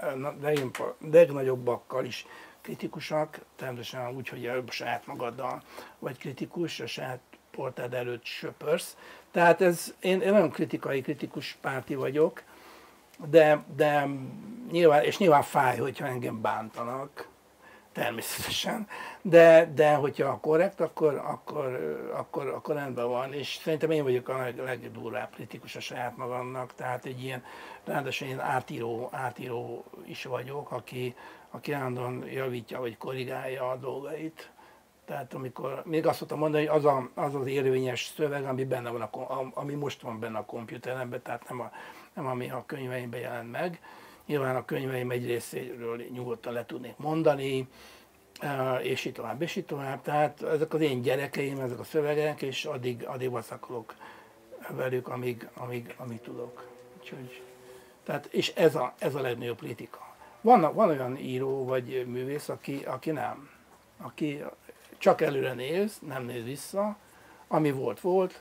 legnagyobbakkal is kritikusak, természetesen úgy, hogy a saját magaddal vagy kritikus, a saját portád előtt söpörsz. Tehát ez, én, én nagyon kritikai, kritikus párti vagyok, de, de nyilván, és nyilván fáj, hogyha engem bántanak, természetesen, de, de hogyha korrekt, akkor, akkor, akkor, akkor rendben van, és szerintem én vagyok a leg, legdurvább kritikus a saját magamnak, tehát egy ilyen, ráadásul én átíró, átíró is vagyok, aki, aki állandóan javítja, vagy korrigálja a dolgait. Tehát amikor, még azt szoktam mondani, hogy az, a, az az érvényes szöveg, ami, benne van a, ami most van benne a komputeremben, tehát nem, a, nem ami a könyveimben jelent meg. Nyilván a könyveim egy részéről nyugodtan le tudnék mondani, és így tovább, és így tovább. Tehát ezek az én gyerekeim, ezek a szövegek, és addig, addig vacakolok velük, amíg, amíg, amíg tudok. Úgyhogy, tehát, és ez a, ez a legnagyobb kritika. Van, van olyan író vagy művész, aki, aki nem. Aki csak előre néz, nem néz vissza, ami volt, volt,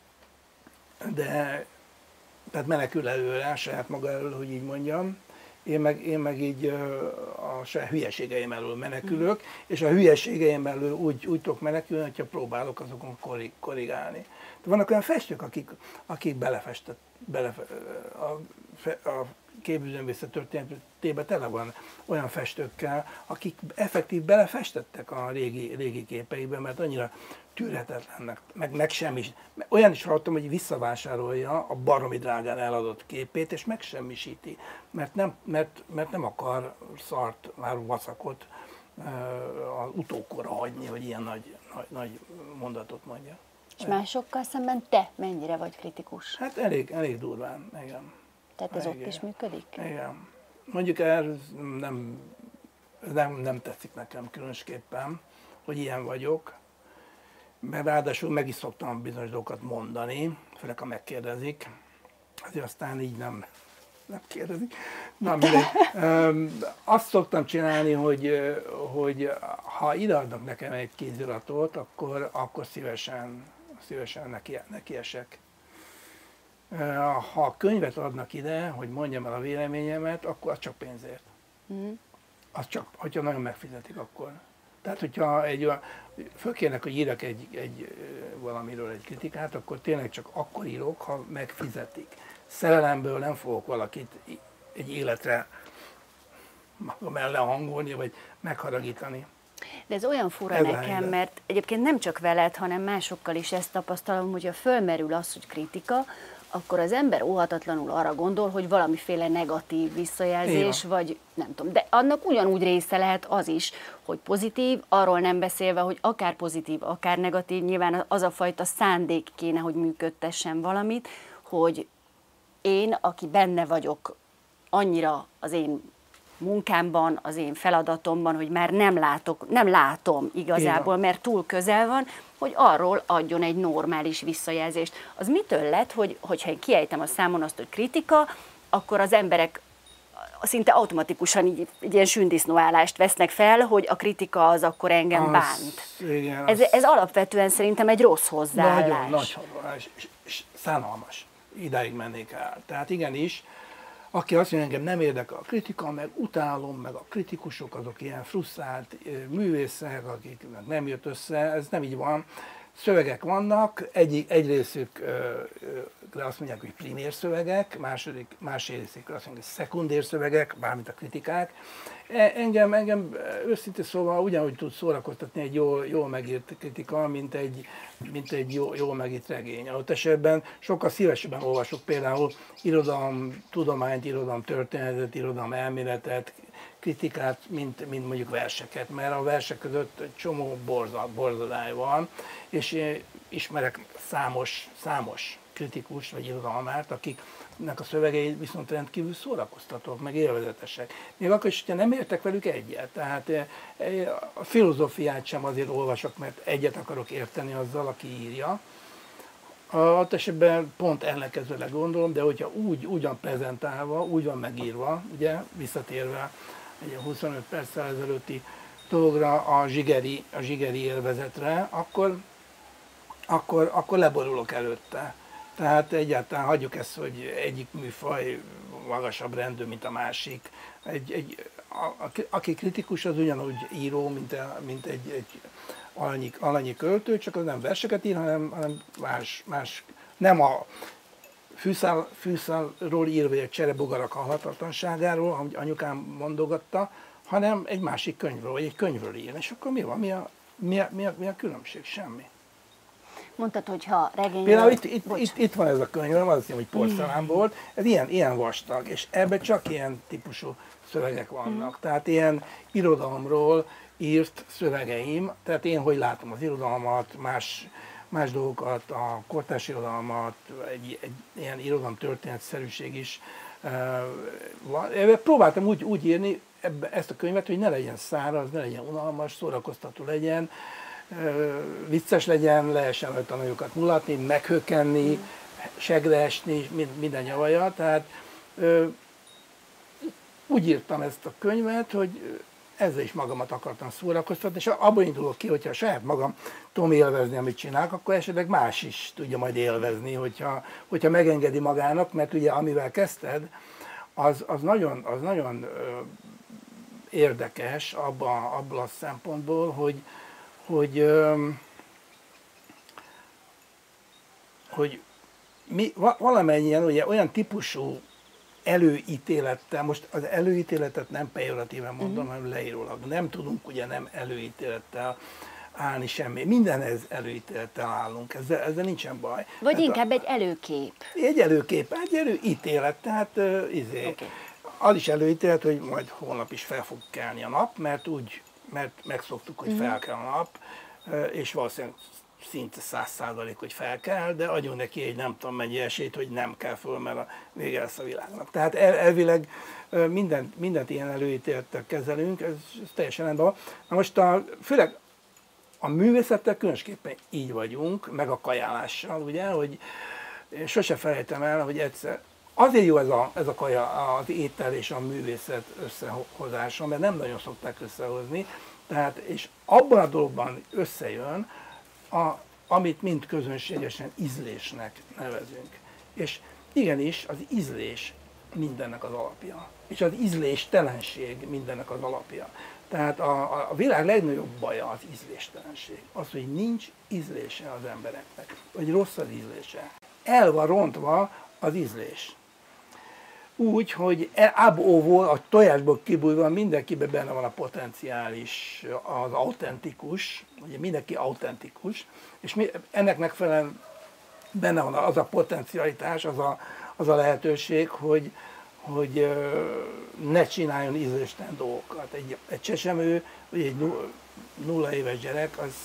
de tehát menekül előre, saját maga elől, hogy így mondjam. Én meg, én meg így a saját hülyeségeim elől menekülök, és a hülyeségeim elől úgy, úgy tudok menekülni, hogyha próbálok azokon korrigálni. De vannak olyan festők, akik, akik belefestett, bele, a, a képzőművészet történetében tele van olyan festőkkel, akik effektív belefestettek a régi, régi képeibe, mert annyira tűrhetetlennek, meg, meg semmi. Olyan is hallottam, hogy visszavásárolja a baromi drágán eladott képét, és megsemmisíti, mert nem, mert, mert nem akar szart, már vacakot az utókorra hagyni, hogy ilyen nagy, nagy, nagy mondatot mondja. És másokkal szemben te mennyire vagy kritikus? Hát elég, elég durván, igen. Tehát ez ott is működik? Igen. Mondjuk ez nem, nem, nem tetszik nekem különösképpen, hogy ilyen vagyok, mert ráadásul meg is szoktam bizonyos dolgokat mondani, főleg ha megkérdezik, azért aztán így nem, nem kérdezik. Na, azt szoktam csinálni, hogy, hogy ha ideadnak nekem egy kéziratot, akkor, akkor szívesen, szívesen neki, neki esek. Ha könyvet adnak ide, hogy mondjam el a véleményemet, akkor az csak pénzért. Mm. Az csak, hogyha nagyon megfizetik, akkor. Tehát, hogyha egy olyan, fölkérnek, hogy írjak egy, egy, valamiről egy kritikát, akkor tényleg csak akkor írok, ha megfizetik. Szerelemből nem fogok valakit egy életre magam ellen hangolni, vagy megharagítani. De ez olyan fura ez nekem, mert egyébként nem csak veled, hanem másokkal is ezt tapasztalom, hogyha fölmerül az, hogy kritika, akkor az ember óhatatlanul arra gondol, hogy valamiféle negatív visszajelzés, vagy nem tudom. De annak ugyanúgy része lehet az is, hogy pozitív, arról nem beszélve, hogy akár pozitív, akár negatív, nyilván az a fajta szándék kéne, hogy működtessen valamit, hogy én, aki benne vagyok annyira az én munkámban, az én feladatomban, hogy már nem látok, nem látom igazából, mert túl közel van, hogy arról adjon egy normális visszajelzést. Az mitől lett, hogy, hogyha én kiejtem a számon azt, hogy kritika, akkor az emberek szinte automatikusan így, így ilyen sündisznóállást vesznek fel, hogy a kritika az akkor engem az, bánt. Igen, ez, az ez alapvetően szerintem egy rossz hozzáállás. nagyon nagy hozzáállás, és, és szánalmas. Idáig mennék el. Tehát igenis, aki azt mondja, engem nem érdekel a kritika, meg utálom, meg a kritikusok, azok ilyen frusztrált művészek, akiknek nem jött össze, ez nem így van. Szövegek vannak, egy, egy részükre azt mondják, hogy primér szövegek, második, másik részükre azt mondják, hogy szekundér szövegek, bármint a kritikák. Engem, engem őszintén szóval ugyanúgy tud szórakoztatni egy jól, jól megírt kritika, mint egy, mint egy jól, jól megírt regény. Ott esetben sokkal szívesebben olvasok például irodalom tudományt, irodalom történetet, irodalom elméletet, kritikát, mint, mint mondjuk verseket, mert a versek között egy csomó borzad, borzadály van, és én ismerek számos, számos kritikus vagy irodalmárt, akiknek a szövegei viszont rendkívül szórakoztatók, meg élvezetesek. Még akkor is, hogyha nem értek velük egyet. Tehát a filozófiát sem azért olvasok, mert egyet akarok érteni azzal, aki írja. Ott esetben pont ellenkezőleg gondolom, de hogyha úgy, úgy van prezentálva, úgy van megírva, ugye, visszatérve egy huszonöt perccel ezelőtti dologra, a zsigeri, a zsigeri élvezetre, akkor, akkor, akkor leborulok előtte. Tehát egyáltalán hagyjuk ezt, hogy egyik műfaj magasabb rendű, mint a másik. Egy, egy, a, a, aki kritikus, az ugyanúgy író, mint, a, mint egy, egy alanyi, alanyi költő, csak az nem verseket ír, hanem, hanem más, más, nem a fűszál, fűszálról ír, vagy a cserebogarak halhatatlanságáról, ahogy anyukám mondogatta, hanem egy másik könyvről, vagy egy könyvről ír. És akkor mi van? Mi a, mi a, mi a, mi a különbség? Semmi. Mondtad, hogy ha regény... Például itt, itt, itt, itt van ez a könyvem, az hiszem, hogy porcelán volt, ez ilyen, ilyen vastag, és ebben csak ilyen típusú szövegek vannak. Mm. Tehát ilyen irodalomról írt szövegeim, tehát én hogy látom az irodalmat, más, más dolgokat, a kortárs irodalmat, egy, egy ilyen irodalom történetszerűség is uh, van. Próbáltam úgy, úgy írni ebbe, ezt a könyvet, hogy ne legyen száraz, ne legyen unalmas, szórakoztató legyen, vicces legyen, lehessen rajta nagyokat mulatni, meghökkenni, segre esni, minden nyavaja. Tehát ö, úgy írtam ezt a könyvet, hogy ezzel is magamat akartam szórakoztatni, és abból indulok ki, hogyha saját magam tudom élvezni, amit csinálok, akkor esetleg más is tudja majd élvezni, hogyha, hogyha megengedi magának, mert ugye amivel kezdted, az, az nagyon, az nagyon ö, érdekes abban, abban a szempontból, hogy hogy, hogy mi valamennyien ugye olyan típusú előítélettel, most az előítéletet nem pejoratíven mondom, hanem leírólag, nem tudunk ugye nem előítélettel állni semmi. Mindenhez előítélettel állunk, ezzel, ezzel nincsen baj. Vagy hát inkább a, egy előkép. Egy előkép, egy előítélet, tehát uh, izé, okay. Az is előítélet, hogy majd holnap is fel fog kelni a nap, mert úgy mert megszoktuk, hogy fel kell a nap, és valószínűleg szinte száz százalék, hogy fel kell, de adjunk neki egy nem tudom mennyi esélyt, hogy nem kell föl, mert a vége lesz a világnak. Tehát el, elvileg mindent, mindent ilyen előítélettel kezelünk, ez, ez teljesen rendben van. Na most a, főleg a művészettel különösképpen így vagyunk, meg a kajálással, ugye, hogy sose felejtem el, hogy egyszer, azért jó ez a, ez a kaja, az étel és a művészet összehozása, mert nem nagyon szokták összehozni, tehát, és abban a dologban összejön, a, amit mind közönségesen ízlésnek nevezünk. És igenis, az ízlés mindennek az alapja. És az ízléstelenség mindennek az alapja. Tehát a, a világ legnagyobb baja az ízléstelenség. Az, hogy nincs ízlése az embereknek, vagy rossz az ízlése. El van rontva az ízlés. Úgy, hogy ab óvó, a tojásból kibújva mindenkiben benne van a potenciális, az autentikus, ugye mindenki autentikus, és mi, ennek megfelelően benne van az a potencialitás, az a, az a lehetőség, hogy, hogy ne csináljon ízléstelen dolgokat. Egy, egy csecsemő, vagy egy nulla éves gyerek, az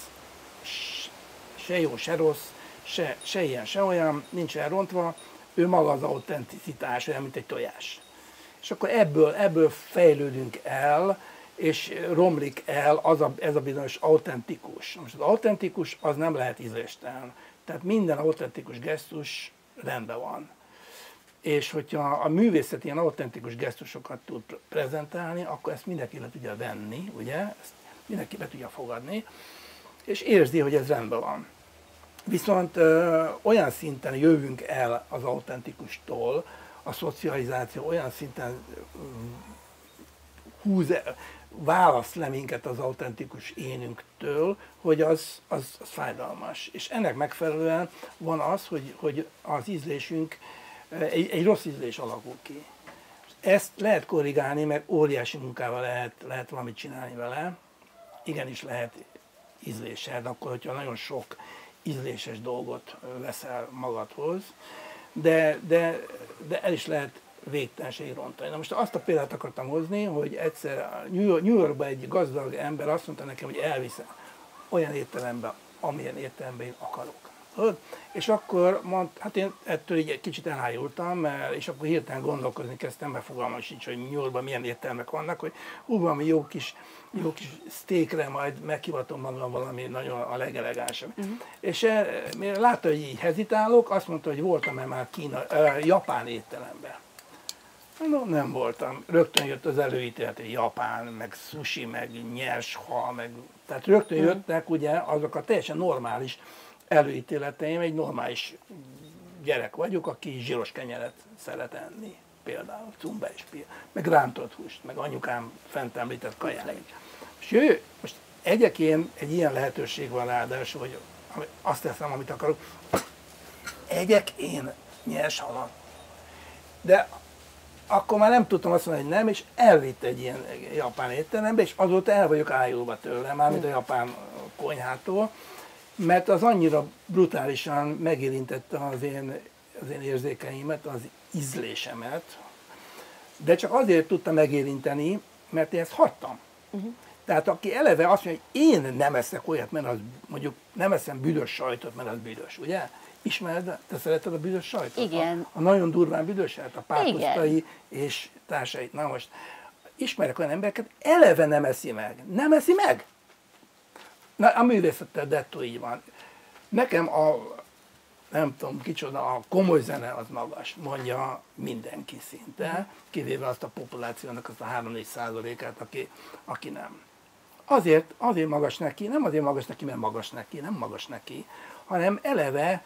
se jó, se rossz, se, se ilyen, se olyan, nincs elrontva, ő maga az autenticitás, olyan, mint egy tojás. És akkor ebből, ebből fejlődünk el, és romlik el az a, ez a bizonyos autentikus. Most az autentikus az nem lehet ízléstelen. Tehát minden autentikus gesztus rendben van. És hogyha a művészet ilyen autentikus gesztusokat tud prezentálni, akkor ezt mindenki le tudja venni, ugye? Ezt mindenki be tudja fogadni, és érzi, hogy ez rendben van. Viszont ö, olyan szinten jövünk el az autentikustól, a szocializáció olyan szinten ö, húz, választ le minket az autentikus énünktől, hogy az, az, az fájdalmas. És ennek megfelelően van az, hogy, hogy az ízlésünk egy, egy rossz ízlés alakul ki. Ezt lehet korrigálni, mert óriási munkával lehet, lehet valamit csinálni vele. Igenis lehet ízléssel, akkor, hogyha nagyon sok ízléses dolgot veszel magadhoz, de, de, de el is lehet végtelenség rontani. Na most azt a példát akartam hozni, hogy egyszer New Yorkban egy gazdag ember azt mondta nekem, hogy elviszem olyan étterembe, amilyen étteremben én akarok. És akkor mondta, hát én ettől így egy kicsit elájultam, mert, és akkor hirtelen gondolkozni kezdtem, mert fogalmam sincs, hogy New Yorkban milyen éttermek vannak, hogy hú, valami jó kis, jó kis steakre majd meghivatom magam valami nagyon a legelegánsabb. Uh-huh. És mire látta, hogy így hezitálok, azt mondta, hogy voltam-e már Kína, uh, japán étteremben. No, nem voltam. Rögtön jött az előítélet, hogy japán, meg sushi, meg nyers hal, meg... Tehát rögtön uh-huh. jöttek ugye azok a teljesen normális előítéleteim, egy normális gyerek vagyok, aki zsíros kenyeret szeret enni, például cumba és pia, meg rántott húst, meg anyukám fent említett kajáit. És jöjjö, most egyek én, egy ilyen lehetőség van ráadásul, hogy azt teszem, amit akarok, egyek én nyers halat. De akkor már nem tudtam azt mondani, hogy nem, és elvitt egy ilyen japán étterembe, és azóta el vagyok ájulva tőle, mármint a japán konyhától, mert az annyira brutálisan megérintette az én, az én érzékeimet, az ízlésemet, de csak azért tudta megérinteni, mert én ezt hagytam. Uh-huh. Tehát aki eleve azt mondja, hogy én nem eszek olyat, mert az mondjuk nem eszem büdös sajtot, mert az büdös, ugye? Ismered, te szereted a büdös sajtot? Igen. A, a nagyon durván büdöset, a páposztai és társait. Na most, ismerek olyan embereket, eleve nem eszi meg. Nem eszi meg! Na, a művészettel dettó így van. Nekem a, nem tudom kicsoda, a komoly zene az magas, mondja mindenki szinte, kivéve azt a populációnak azt a három-négy százalékát, aki, aki nem. Azért, azért magas neki, nem azért magas neki, mert magas neki, nem magas neki, hanem eleve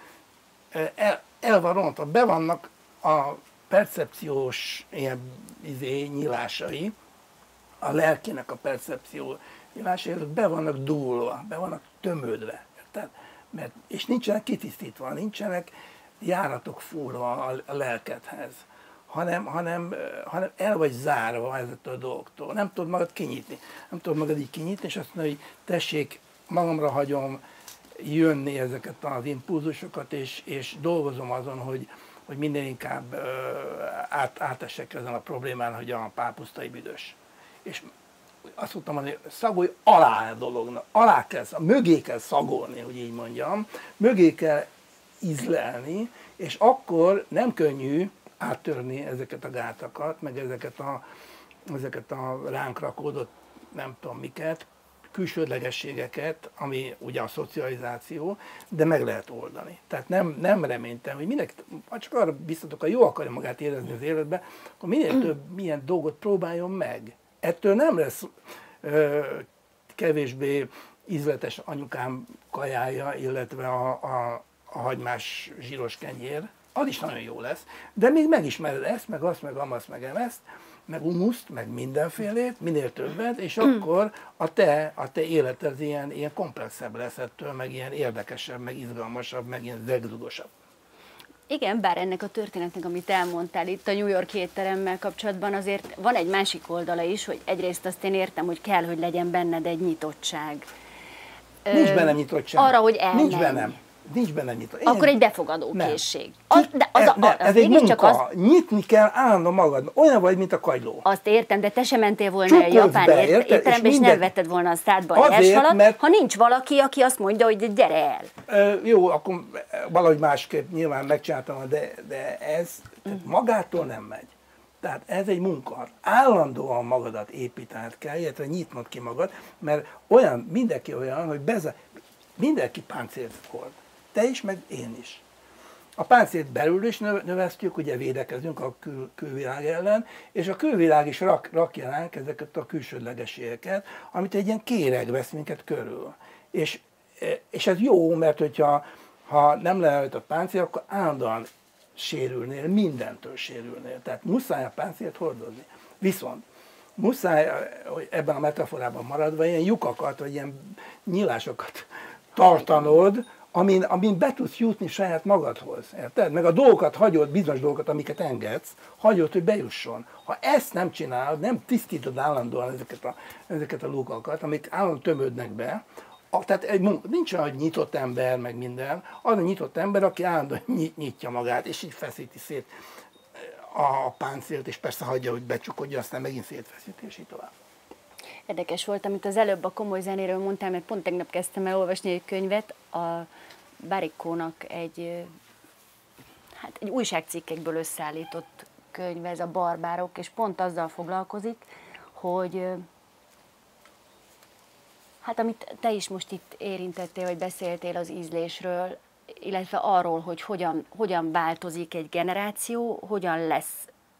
el, el van rontva, be vannak a percepciós ilyen izé, nyilásai, a lelkének a percepció nyilásai, azok be vannak dúlva, be vannak tömődve, érted? Mert, és nincsenek kitisztítva, nincsenek járatok fúrva a, a lelkedhez, hanem, hanem, hanem el vagy zárva ezektől a dolgoktól. Nem tudod magad kinyitni, nem tudod magad így kinyitni, és azt mondani, hogy tessék, magamra hagyom jönni ezeket az impulzusokat, és, és dolgozom azon, hogy, hogy minél inkább uh, át, átessek ezen a problémán, hogy a pápusztai büdös. És azt mondtam, hogy szagolj alá a dolognak, alá kell, mögé kell szagolni, hogy így mondjam, mögé kell ízlelni, és akkor nem könnyű áttörni ezeket a gátakat, meg ezeket a, ezeket a ránk rakódott, nem tudom miket, külsődlegességeket, ami ugye a szocializáció, de meg lehet oldani. Tehát nem, nem reménytem, hogy mindenki, csak arra biztatok, ha jó akarja magát érezni az életben, akkor minél több milyen dolgot próbáljon meg. Ettől nem lesz ö, kevésbé ízletes anyukám kajája, illetve a, a, a hagymás zsíros kenyér. Az is nagyon jó lesz, de még megismered ezt, meg azt, meg amazt, meg ezt, meg humuszt, meg mindenfélét, minél többet, és akkor a te, a te életed ilyen, ilyen komplexebb lesz ettől, meg ilyen érdekesebb, meg izgalmasabb, meg ilyen zegzugosabb. Igen, bár ennek a történetnek, amit elmondtál itt a New York étteremmel kapcsolatban, azért van egy másik oldala is, hogy egyrészt azt én értem, hogy kell, hogy legyen benned egy nyitottság. Nincs bennem nyitottság. Arra, hogy elmenj. Nincs bennem. nincs benne nyitva. Én Akkor egy befogadó nem. készség. Az, de az, ez, a, ne, az, ez egy munka. az, Nyitni kell állandóan magad. Olyan vagy, mint a kagyló. azt értem, de te sem mentél volna Csukódsz egy japán be, ért, érted? étterembe, és, És nem minden- vetted volna a szádba a Azért, nyershalat, mert- ha nincs valaki, aki azt mondja, hogy gyere el. Ö, jó, akkor valahogy másképp nyilván megcsináltam, de, de ez tehát magától nem megy. Tehát ez egy munka. Állandóan magadat építened kell, illetve nyitnod ki magad, mert olyan, mindenki olyan, hogy beze, mindenki páncélt hord. Te is, meg én is. A páncélt belül is növ- növesztjük, ugye védekezünk a kül, külvilág ellen, és a külvilág is rak, rakja ránk ezeket a külsődlegességeket, amit egy ilyen kéreg vesz minket körül. És, és ez jó, mert hogyha ha nem lenne rajta a páncél, akkor állandóan sérülnél, mindentől sérülnél. Tehát muszáj a páncélt hordozni. Viszont muszáj, hogy ebben a metaforában maradva, ilyen lyukakat, vagy ilyen nyílásokat tartanod, amin, amin be tudsz jutni saját magadhoz. Érted? Meg a dolgokat hagyod, bizonyos dolgokat, amiket engedsz, hagyod, hogy bejusson. Ha ezt nem csinálod, nem tisztítod állandóan ezeket a, ezeket a lukakat, amik állandóan tömődnek be, a, tehát egy munka, nincs olyan, hogy nyitott ember, meg minden, az a nyitott ember, aki állandóan nyit, nyitja magát, és így feszíti szét a páncélt, és persze hagyja, hogy becsukodja, aztán megint szétfeszíti, és így tovább. Érdekes volt, amit az előbb a komoly zenéről mondtál, mert pont tegnap kezdtem el olvasni egy könyvet, a Barikónak egy, hát egy újságcikkekből összeállított könyv, ez a Barbárok, és pont azzal foglalkozik, hogy hát amit te is most itt érintettél, vagy beszéltél az ízlésről, illetve arról, hogy hogyan, hogyan változik egy generáció, hogyan lesz,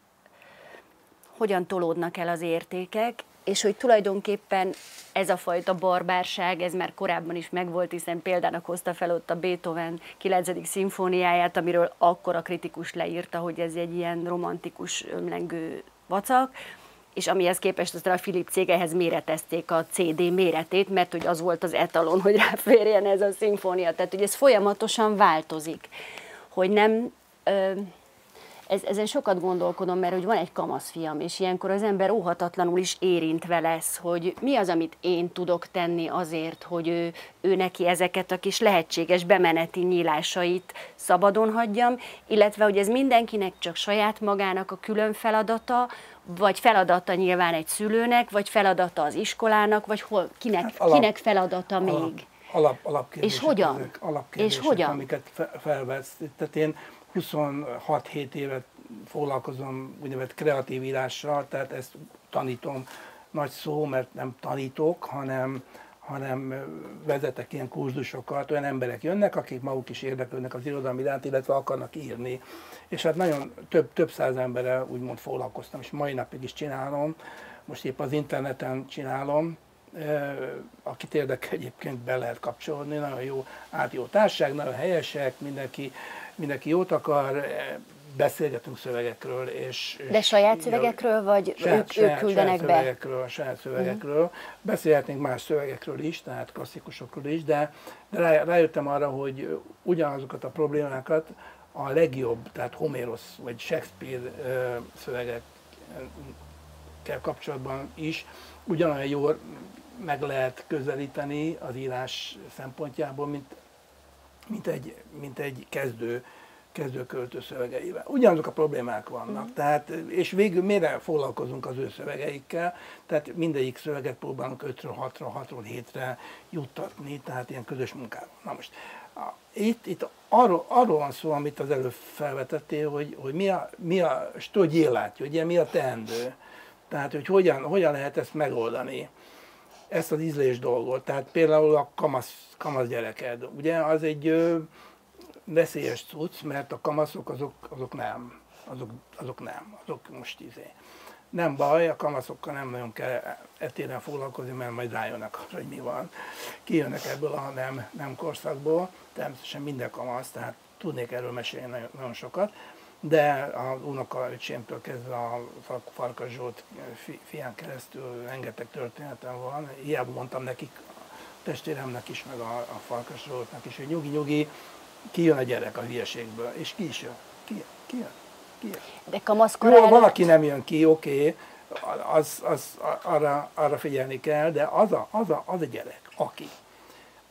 hogyan tolódnak el az értékek, és hogy tulajdonképpen ez a fajta barbárság, ez már korábban is megvolt, hiszen példának hozta fel ott a Beethoven kilencedik szimfóniáját, amiről akkor a kritikus leírta, hogy ez egy ilyen romantikus, ömlengő vacak, és amihez képest aztán a Philip cég ehhez méretezték a cé dé méretét, mert hogy az volt az etalon, hogy ráférjen ez a szimfónia. Tehát, hogy ez folyamatosan változik, hogy nem... Ö, Ez, ezen sokat gondolkodom, mert hogy van egy kamaszfiam, és ilyenkor az ember óhatatlanul is érintve lesz, hogy mi az, amit én tudok tenni azért, hogy ő, ő neki ezeket a kis lehetséges bemeneti nyílásait szabadon hagyjam, illetve hogy ez mindenkinek csak saját magának a külön feladata, vagy feladata nyilván egy szülőnek, vagy feladata az iskolának, vagy hol, kinek, hát alap, kinek feladata alap, még. Alap, alapkérdések, és hogyan? Ezek, alapkérdések, és hogyan? amiket felvetsz. Tehát én huszonhat-hét évet foglalkozom úgynevezett kreatív írással, tehát ezt tanítom, nagy szó, mert nem tanítok, hanem, hanem vezetek ilyen kurzusokat, olyan emberek jönnek, akik maguk is érdeklődnek az irodalmi iránt, illetve akarnak írni. És hát nagyon több, több száz emberrel úgymond foglalkoztam, és mai napig is csinálom, most épp az interneten csinálom, akit érdekel, egyébként be lehet kapcsolódni, nagyon jó, át jó társaság, nagyon helyesek, mindenki, mindenki jót akar, beszélgetünk szövegekről. És, De és saját szövegekről, vagy saját, ők, saját, ők küldenek saját be? Szövegekről, saját szövegekről. Uh-huh. Beszélhetnénk más szövegekről is, tehát klasszikusokról is, de, de rá, rájöttem arra, hogy ugyanazokat a problémákat a legjobb, tehát Homérosz vagy Shakespeare szövegekkel kapcsolatban is ugyanolyan jól meg lehet közelíteni az írás szempontjából, mint, mint, egy, mint egy kezdő, kezdőköltő szövegeivel. Ugyanazok a problémák vannak, mm. tehát, és végül mire foglalkozunk az ő szövegeikkel, tehát mindegyik szöveget próbálunk ötről, hatról, hatról, hétre juttatni, tehát ilyen közös munkával. Na most, itt, itt arról, arról van szó, amit az előbb felvetettél, hogy, hogy mi a, mi a stogyélátja, ugye mi a teendő. Tehát, hogy hogyan, hogyan lehet ezt megoldani, ezt az ízlés dolgot. Tehát például a kamasz, kamasz gyereked, ugye az egy ö, veszélyes cucc, mert a kamaszok azok, azok nem, azok, azok nem, azok most izé. Nem baj, a kamaszokkal nem nagyon kell etéren foglalkozni, mert majd rájönnek arra, hogy mi van. Kijönnek ebből a nem, nem korszakból, természetesen minden kamasz, tehát tudnék erről mesélni nagyon, nagyon sokat. De az unokaöcsémtől kezdve a Farkas Zsolt fi, fián keresztül rengeteg történetem van. Hiába mondtam nekik, a testvéremnek is, meg a, a Farkas Zsoltnak is, hogy nyugi-nyugi, kijön a gyerek a hülyeségből, és ki is jön. Ki jön, ki jön, ki jön. De kamaszkor Jó, előtt... valaki nem jön ki, oké, okay, az, az, arra, arra figyelni kell, de az a, az, a, az a gyerek, aki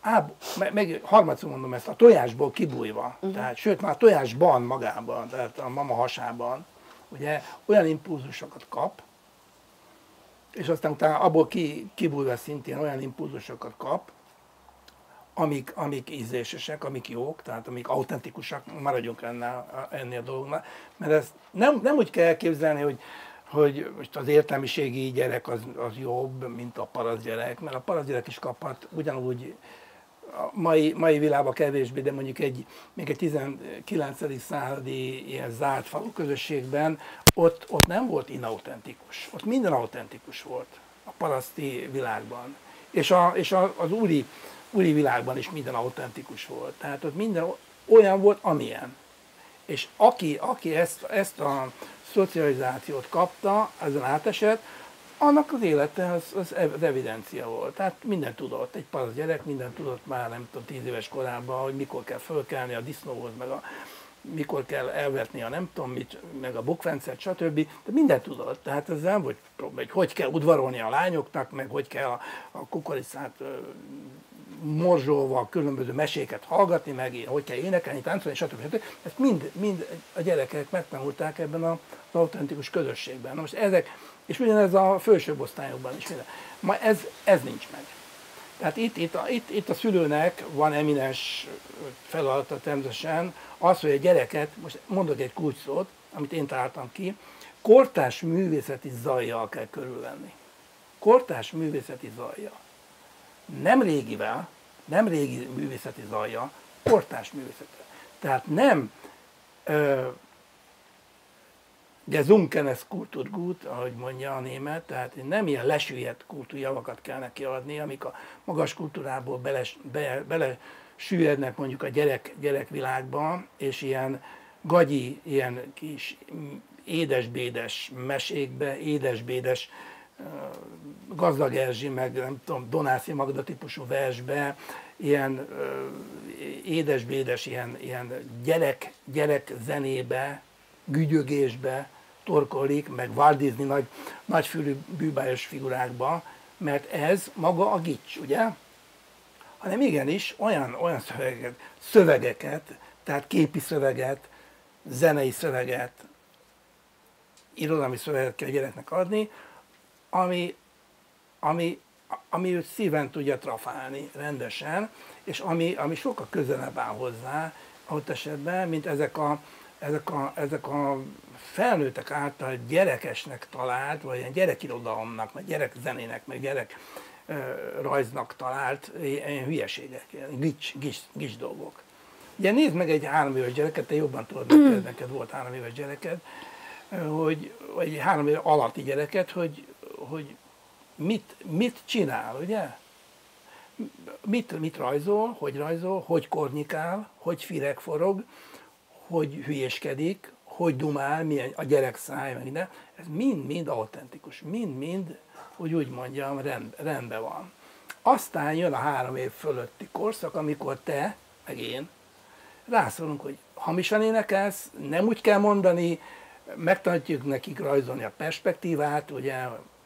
Áb, meg, meg harmadszor mondom ezt, a tojásból kibújva, uh-huh. tehát, sőt már a tojásban magában, tehát a mama hasában, ugye olyan impulzusokat kap, és aztán utána abból ki, kibújva szintén olyan impulzusokat kap, amik, amik ízlésesek, amik jók, tehát amik autentikusak, maradjunk ennél, ennél a dolognak, mert ezt nem, nem úgy kell elképzelni, hogy, hogy most az értelmiségi gyerek az, az jobb, mint a parasztgyerek, mert a parasztgyerek is kaphat ugyanúgy a mai, mai világban kevésbé, de mondjuk egy, még egy tizenkilencedik századi ilyen zárt falu közösségben, ott, ott nem volt inautentikus, ott minden autentikus volt a paraszti világban. És, a, és a, az úri, úri világban is minden autentikus volt. Tehát ott minden olyan volt, amilyen. És aki, aki ezt, ezt a szocializációt kapta, ezen átesett, annak az élete az, az evidencia volt. Tehát mindent tudott, egy parasz gyerek mindent tudott már, nem tudom, tíz éves korában, hogy mikor kell fölkelni a disznóhoz, meg a, mikor kell elvetni a nem tudom mit, meg a bukfencet, stb. De mindent tudott. Tehát ez nem volt probléma, hogy hogy kell udvarolni a lányoknak, meg hogy kell a, a kukoricát morzsolva különböző meséket hallgatni, meg hogy kell énekelni, táncolni, stb. stb. Ezt mind, mind a gyerekek megtanulták ebben az autentikus közösségben. Na most ezek, és ugyanez a felsőbb osztályokban is minden. Ma ez, ez nincs meg. Tehát itt, itt, a, itt, itt a szülőnek van eminens feladata természetesen az, hogy a gyereket, most mondok egy kulcsszót, amit én találtam ki, kortárs művészeti zajjal kell körülvenni. Kortárs művészeti zajjal. Nem régivel, nem régi művészeti zajjal, kortárs művészeti. Tehát nem ö, de Zunkenes Kulturgut, ahogy mondja a német, tehát nem ilyen lesüllyedt kultúrjavakat kell neki adni, amik a magas kultúrából bele, be, bele süllyednek mondjuk a gyerek, gyerekvilágba, és ilyen gagyi, ilyen kis édesbédes mesékbe, édesbédes Gazdag Erzsi, meg nem tudom, Donászi Magda típusú versbe, ilyen édesbédes, ilyen, ilyen gyerek, gyerek zenébe, gügyögésbe torkolik, meg Walt Disney nagy, nagyfülű bűbájos figurákba, mert ez maga a gics, ugye? Hanem igenis olyan, olyan szövegeket, szövegeket, tehát képi szöveget, zenei szöveget, irodalmi szöveget kell a gyereknek adni, ami, ami, ami őt szíven tudja trafálni rendesen, és ami, ami sokkal közelebb áll hozzá, ott esetben, mint ezek a, ezek a, ezek a felnőttek által gyerekesnek talált, vagy ilyen gyerekirodalomnak, vagy gyerekzenének, meg gyerek rajznak talált ilyen hülyeségek, ilyen gics, gics, gics dolgok. Ugye nézd meg egy három éves gyereket, te jobban tudod, mert neked volt három éves gyereked, hogy, vagy három éves alatti gyereket, hogy, hogy mit, mit csinál, ugye? Mit, mit rajzol, hogy rajzol, hogy kornyikál, hogy fireg forog, hogy hülyéskedik, hogy dumál, milyen a gyerek száj, meg minden. Ez mind-mind autentikus, mind-mind, hogy úgy mondjam, rend, rendben van. Aztán jön a három év fölötti korszak, amikor te, meg én, rászólunk, hogy hamisan énekelsz, nem úgy kell mondani, megtanítjuk nekik rajzolni a perspektívát, ugye,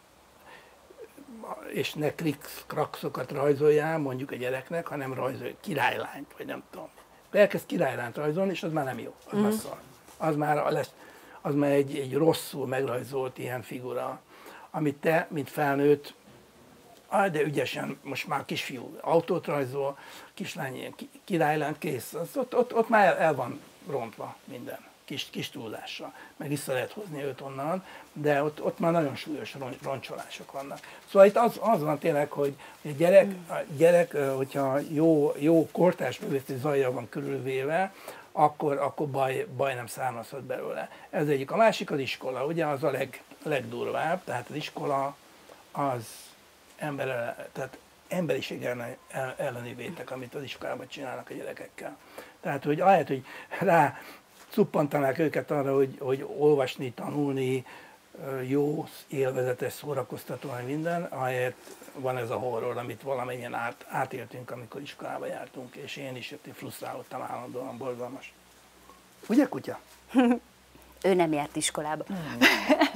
és ne klik-krakszokat rajzoljál mondjuk a gyereknek, hanem rajzolj királylányt, vagy nem tudom. Elkezd királylányt rajzolni, és az már nem jó, az mm. már szar. Az már, lesz, az már egy, egy rosszul megrajzolt ilyen figura, amit te, mint felnőtt, ah, de ügyesen, most már kisfiú autót rajzol, kislány ilyen királylányt, kész, az, ott, ott, ott már el, el van rontva minden, kis, kis túlzással, meg vissza lehet hozni őt onnan, de ott, ott már nagyon súlyos roncsolások vannak. Szóval itt az, az van tényleg, hogy a gyerek, a gyerek hogyha jó, jó kortárs művészeti zajjal van körülvéve, akkor, akkor baj, baj nem származhat belőle. Ez egyik. A másik az iskola, ugye az a leg, legdurvább, tehát az iskola az ember, tehát emberiség ellen, elleni vétek, amit az iskolában csinálnak a gyerekekkel. Tehát, hogy ahelyett, hogy rá cuppantanák őket arra, hogy, hogy olvasni, tanulni, jó, élvezetes, szórakoztató, minden, ahelyett van ez a horror, amit valamennyien át, átéltünk, amikor iskolába jártunk, és én is én frusztrálódtam állandóan, borzalmas. Ugye, kutya? Ő nem járt iskolába.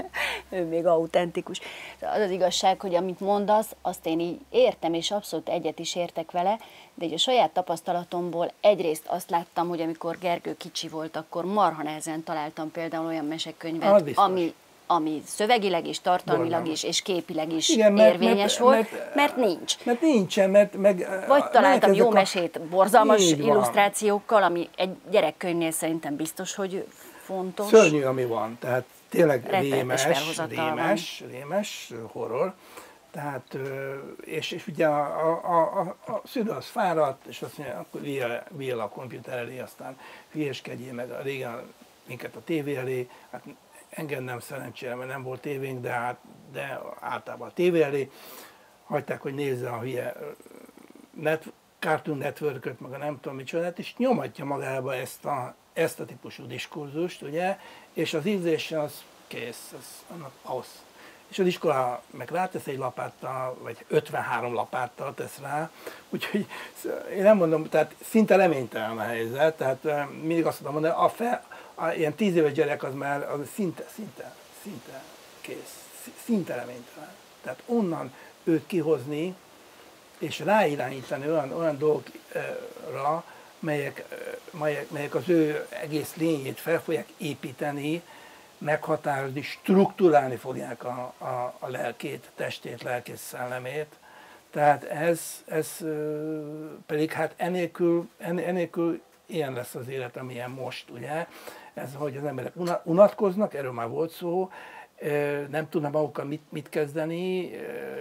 ő még autentikus. Az az igazság, hogy amit mondasz, azt én így értem, és abszolút egyet is értek vele, de így a saját tapasztalatomból egyrészt azt láttam, hogy amikor Gergő kicsi volt, akkor marha nehezen találtam például olyan mesekönyvet, ami, ami szövegileg is, tartalmilag Bornám. is, és képileg is Igen, mert, érvényes mert, volt, mert, mert nincs. Mert nincsen, mert meg... Vagy találtam jó a... mesét borzalmas illusztrációkkal, ami egy gyerekkönyvnél szerintem biztos, hogy fontos. Szörnyű, ami van, tehát tényleg rémes, rémes, rémes horror. Tehát, és, és ugye a, a, a, a szülő az fáradt, és azt mondja, akkor vigyel a komputer elé, aztán hülyeskedjél meg a régen minket a tévé elé. Hát engem nem szerencsére, mert nem volt tévénk, de, hát, de általában a tévé elé. Hagyták, hogy nézze a hülye net, Cartoon Network-öt, meg a nem tudom micsodát, és nyomatja magába ezt a, ezt a típusú diskurzust, ugye, és az ízlése az kész, az annak ahhoz. És az iskola meg rátesz egy lapáttal, vagy ötvenhárom lapáttal tesz rá, úgyhogy én nem mondom, tehát szinte reménytelen a helyzet, tehát mindig azt tudom mondani, a, fel, a ilyen tíz éves gyerek az már az szinte, szinte, szinte kész, szinte reménytelen. Tehát onnan őt kihozni, és ráirányítani olyan, olyan dolgokra, melyek, melyek, melyek az ő egész lényét fel fogják építeni, meghatározni, strukturálni fogják a, a, a lelkét, testét, lelkész szellemét. Tehát ez, ez pedig hát enélkül, enélkül ilyen lesz az élet, amilyen most, ugye. Ez, hogy az emberek unatkoznak, erről már volt szó, nem tudnak magukkal mit, mit kezdeni,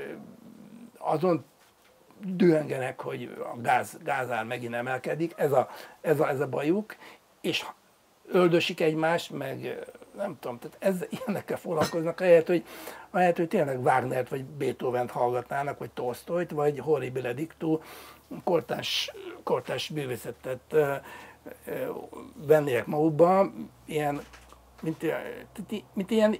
azon dühöngenek, hogy a gáz, gázár megint emelkedik, ez a, ez a, ez a bajuk, és öldösik egymást, meg nem tudom, tehát ez, ilyenekkel foglalkoznak, ahelyett, hogy, ahelyett, hogy tényleg Wagnert vagy Beethovent hallgatnának, vagy Tolsztojt, vagy Horribile Dictu, kortárs, kortárs művészetet uh, uh, vennének magukba, ilyen, mint, mint ilyen,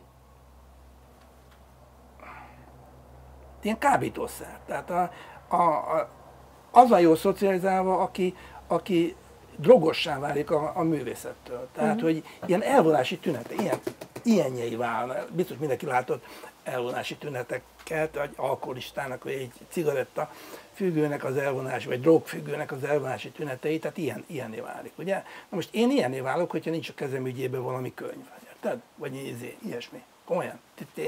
ilyen kábítószer. Tehát a, a, a, az a jó szocializálva, aki, aki drogossá válik a, a művészettől. Tehát, uh-huh. hogy ilyen elvonási tünete, ilyen, ilyenjei válnak. Biztos mindenki látott elvonási tüneteket, egy alkoholistának, vagy egy cigaretta függőnek az elvonás, vagy drogfüggőnek az elvonási tünetei, tehát ilyen, ilyenné válik, ugye? Na most én ilyenné válok, hogyha nincs a kezem ügyében valami könyv, érted? Vagy izé, ilyesmi. Komolyan.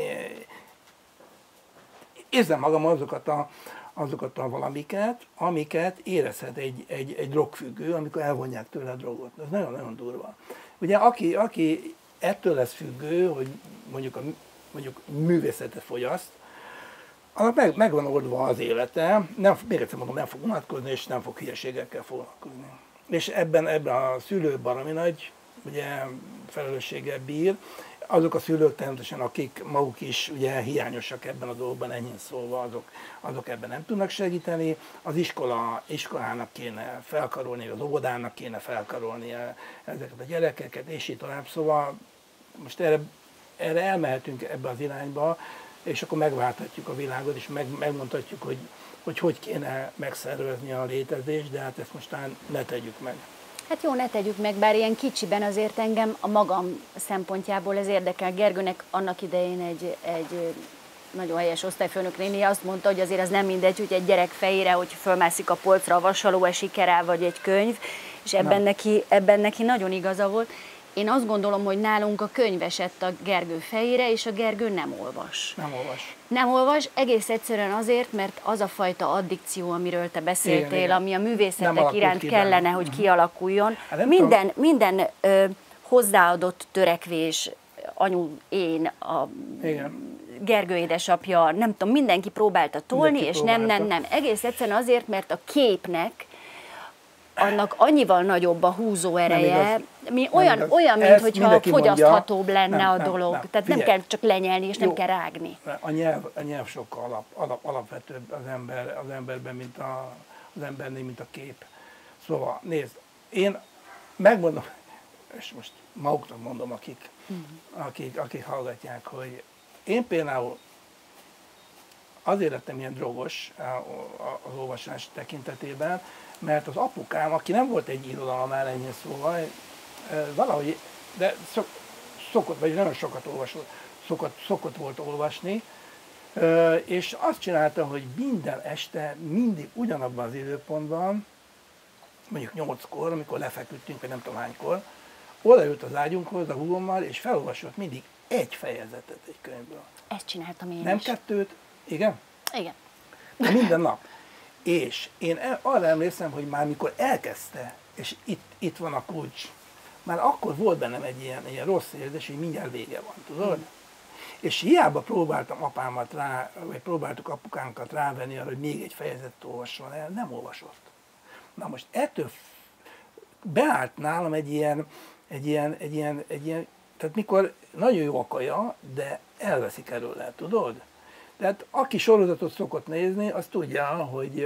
Érzem magam azokat a azokat a valamiket, amiket érezhet egy, egy, egy drogfüggő, amikor elvonják tőle a drogot. Ez nagyon-nagyon durva. Ugye aki, aki ettől lesz függő, hogy mondjuk, a, mondjuk művészetet fogyaszt, annak meg, meg van oldva az élete, nem, még egyszer mondom, nem fog unatkozni, és nem fog hülyeségekkel foglalkozni. És ebben, ebben a szülő baromi nagy ugye, felelősséggel bír, azok a szülők természetesen, akik maguk is ugye hiányosak ebben a dolgban, ennyi szólva, azok, azok ebben nem tudnak segíteni. Az iskola, iskolának kéne felkarolni, az óvodának kéne felkarolni ezeket a gyerekeket, és így tovább. Szóval most erre, erre elmehetünk ebbe az irányba, és akkor megválthatjuk a világot, és meg, megmondhatjuk, hogy, hogy hogy kéne megszervezni a létezést, de hát ezt mostán ne tegyük meg. Hát jó, ne tegyük meg, bár ilyen kicsiben azért engem a magam szempontjából ez érdekel. Gergőnek annak idején egy, egy nagyon helyes osztályfőnök néni azt mondta, hogy azért az nem mindegy, hogy egy gyerek fejére, hogy fölmászik a polcra a vasaló, esik rá, vagy egy könyv, és ebben neki, ebben neki nagyon igaza volt. Én azt gondolom, hogy nálunk a könyv esett a Gergő fejére, és a Gergő nem olvas. Nem olvas. Nem olvas, egész egyszerűen azért, mert az a fajta addikció, amiről te beszéltél, igen, igen. ami a művészetek iránt kellene, hogy uh-huh. kialakuljon, hát minden, minden ö, hozzáadott törekvés, anyu, én, a igen. Gergő édesapja, nem tudom, mindenki próbálta tolni, mindenki és próbálta. nem, nem, nem. Egész egyszerűen azért, mert a képnek annak annyival nagyobb a húzó ereje, mi olyan, olyan, mint hogyha fogyaszthatóbb mondja, lenne nem, a dolog. Nem, nem. Tehát Figyelj. nem kell csak lenyelni, és Jó. nem kell rágni. A nyelv, a nyelv sokkal alap, alap, alapvetőbb az, ember, az emberben, mint a, az embernél, mint a kép. Szóval nézd, én megmondom, és most maguknak mondom, akik, uh-huh. akik, akik hallgatják, hogy én például azért lettem ilyen drogos az olvasás tekintetében, mert az apukám, aki nem volt egy irodalomnál ennyi szóval, valahogy, de szok, szokott, vagy nagyon sokat olvasott, szokott, szokott volt olvasni, és azt csinálta, hogy minden este, mindig ugyanabban az időpontban, mondjuk nyolckor, amikor lefeküdtünk, vagy nem tudom hánykor, odaült az ágyunkhoz a húgommal, és felolvasott mindig egy fejezetet egy könyvből. Ezt csináltam én Nem is. kettőt, igen? Igen. Minden nap. És én el, arra emlékszem, hogy már mikor elkezdte, és itt, itt van a kulcs, már akkor volt bennem egy ilyen, ilyen rossz érzés, hogy mindjárt vége van, tudod? Mm. És hiába próbáltam apámat rá, vagy próbáltuk apukánkat rávenni arra, hogy még egy fejezetet olvasson el, nem olvasott. Na most ettől beállt nálam egy ilyen, egy ilyen, egy ilyen, egy ilyen, tehát mikor nagyon jó a kaja, de elveszik előle, tudod? Tehát aki sorozatot szokott nézni, az tudja, hogy,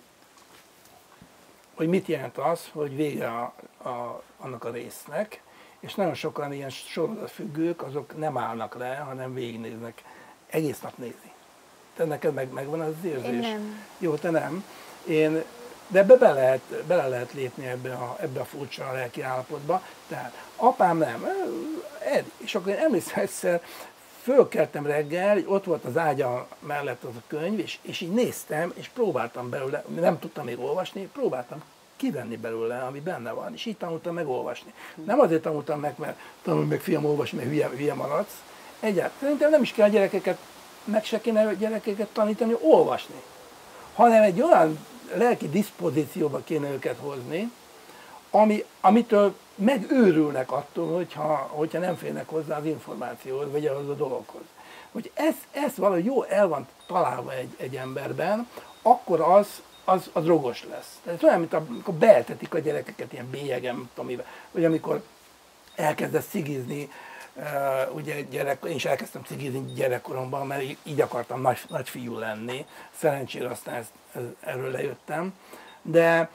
hogy mit jelent az, hogy vége a, a, annak a résznek, és nagyon sokan ilyen sorozatfüggők, azok nem állnak le, hanem végignéznek, egész nap nézi. Te neked meg, megvan az érzés? Én nem. Jó, te nem. Én, de ebbe be lehet, bele lehet lépni ebbe a, ebbe a furcsa lelki állapotba. Tehát apám nem. Ed. És akkor én emlékszem egyszer, fölkeltem reggel, ott volt az ágya mellett az a könyv, és, és így néztem, és próbáltam belőle, nem tudtam még olvasni, próbáltam kivenni belőle, ami benne van, és így tanultam meg olvasni. Nem azért tanultam meg, mert tanulj meg fiam olvasni, mert hülye, hülye maradsz. Egyáltalán szerintem nem is kell a gyerekeket, meg se kéne a gyerekeket tanítani olvasni, hanem egy olyan lelki diszpozícióba kéne őket hozni, ami, amitől megőrülnek attól, hogyha, hogyha nem férnek hozzá az információhoz, vagy ahhoz a dologhoz. Hogy ez, ez valahogy jó el van találva egy, egy emberben, akkor az, az, az drogos lesz. Ez olyan, mint amikor beeltetik a gyerekeket ilyen bélyegen, vagy amikor elkezdesz cigizni, uh, ugye gyerek, én is elkezdtem cigizni gyerekkoromban, mert így akartam nagy, nagy fiú lenni. Szerencsére aztán ezt, ez, erről lejöttem. De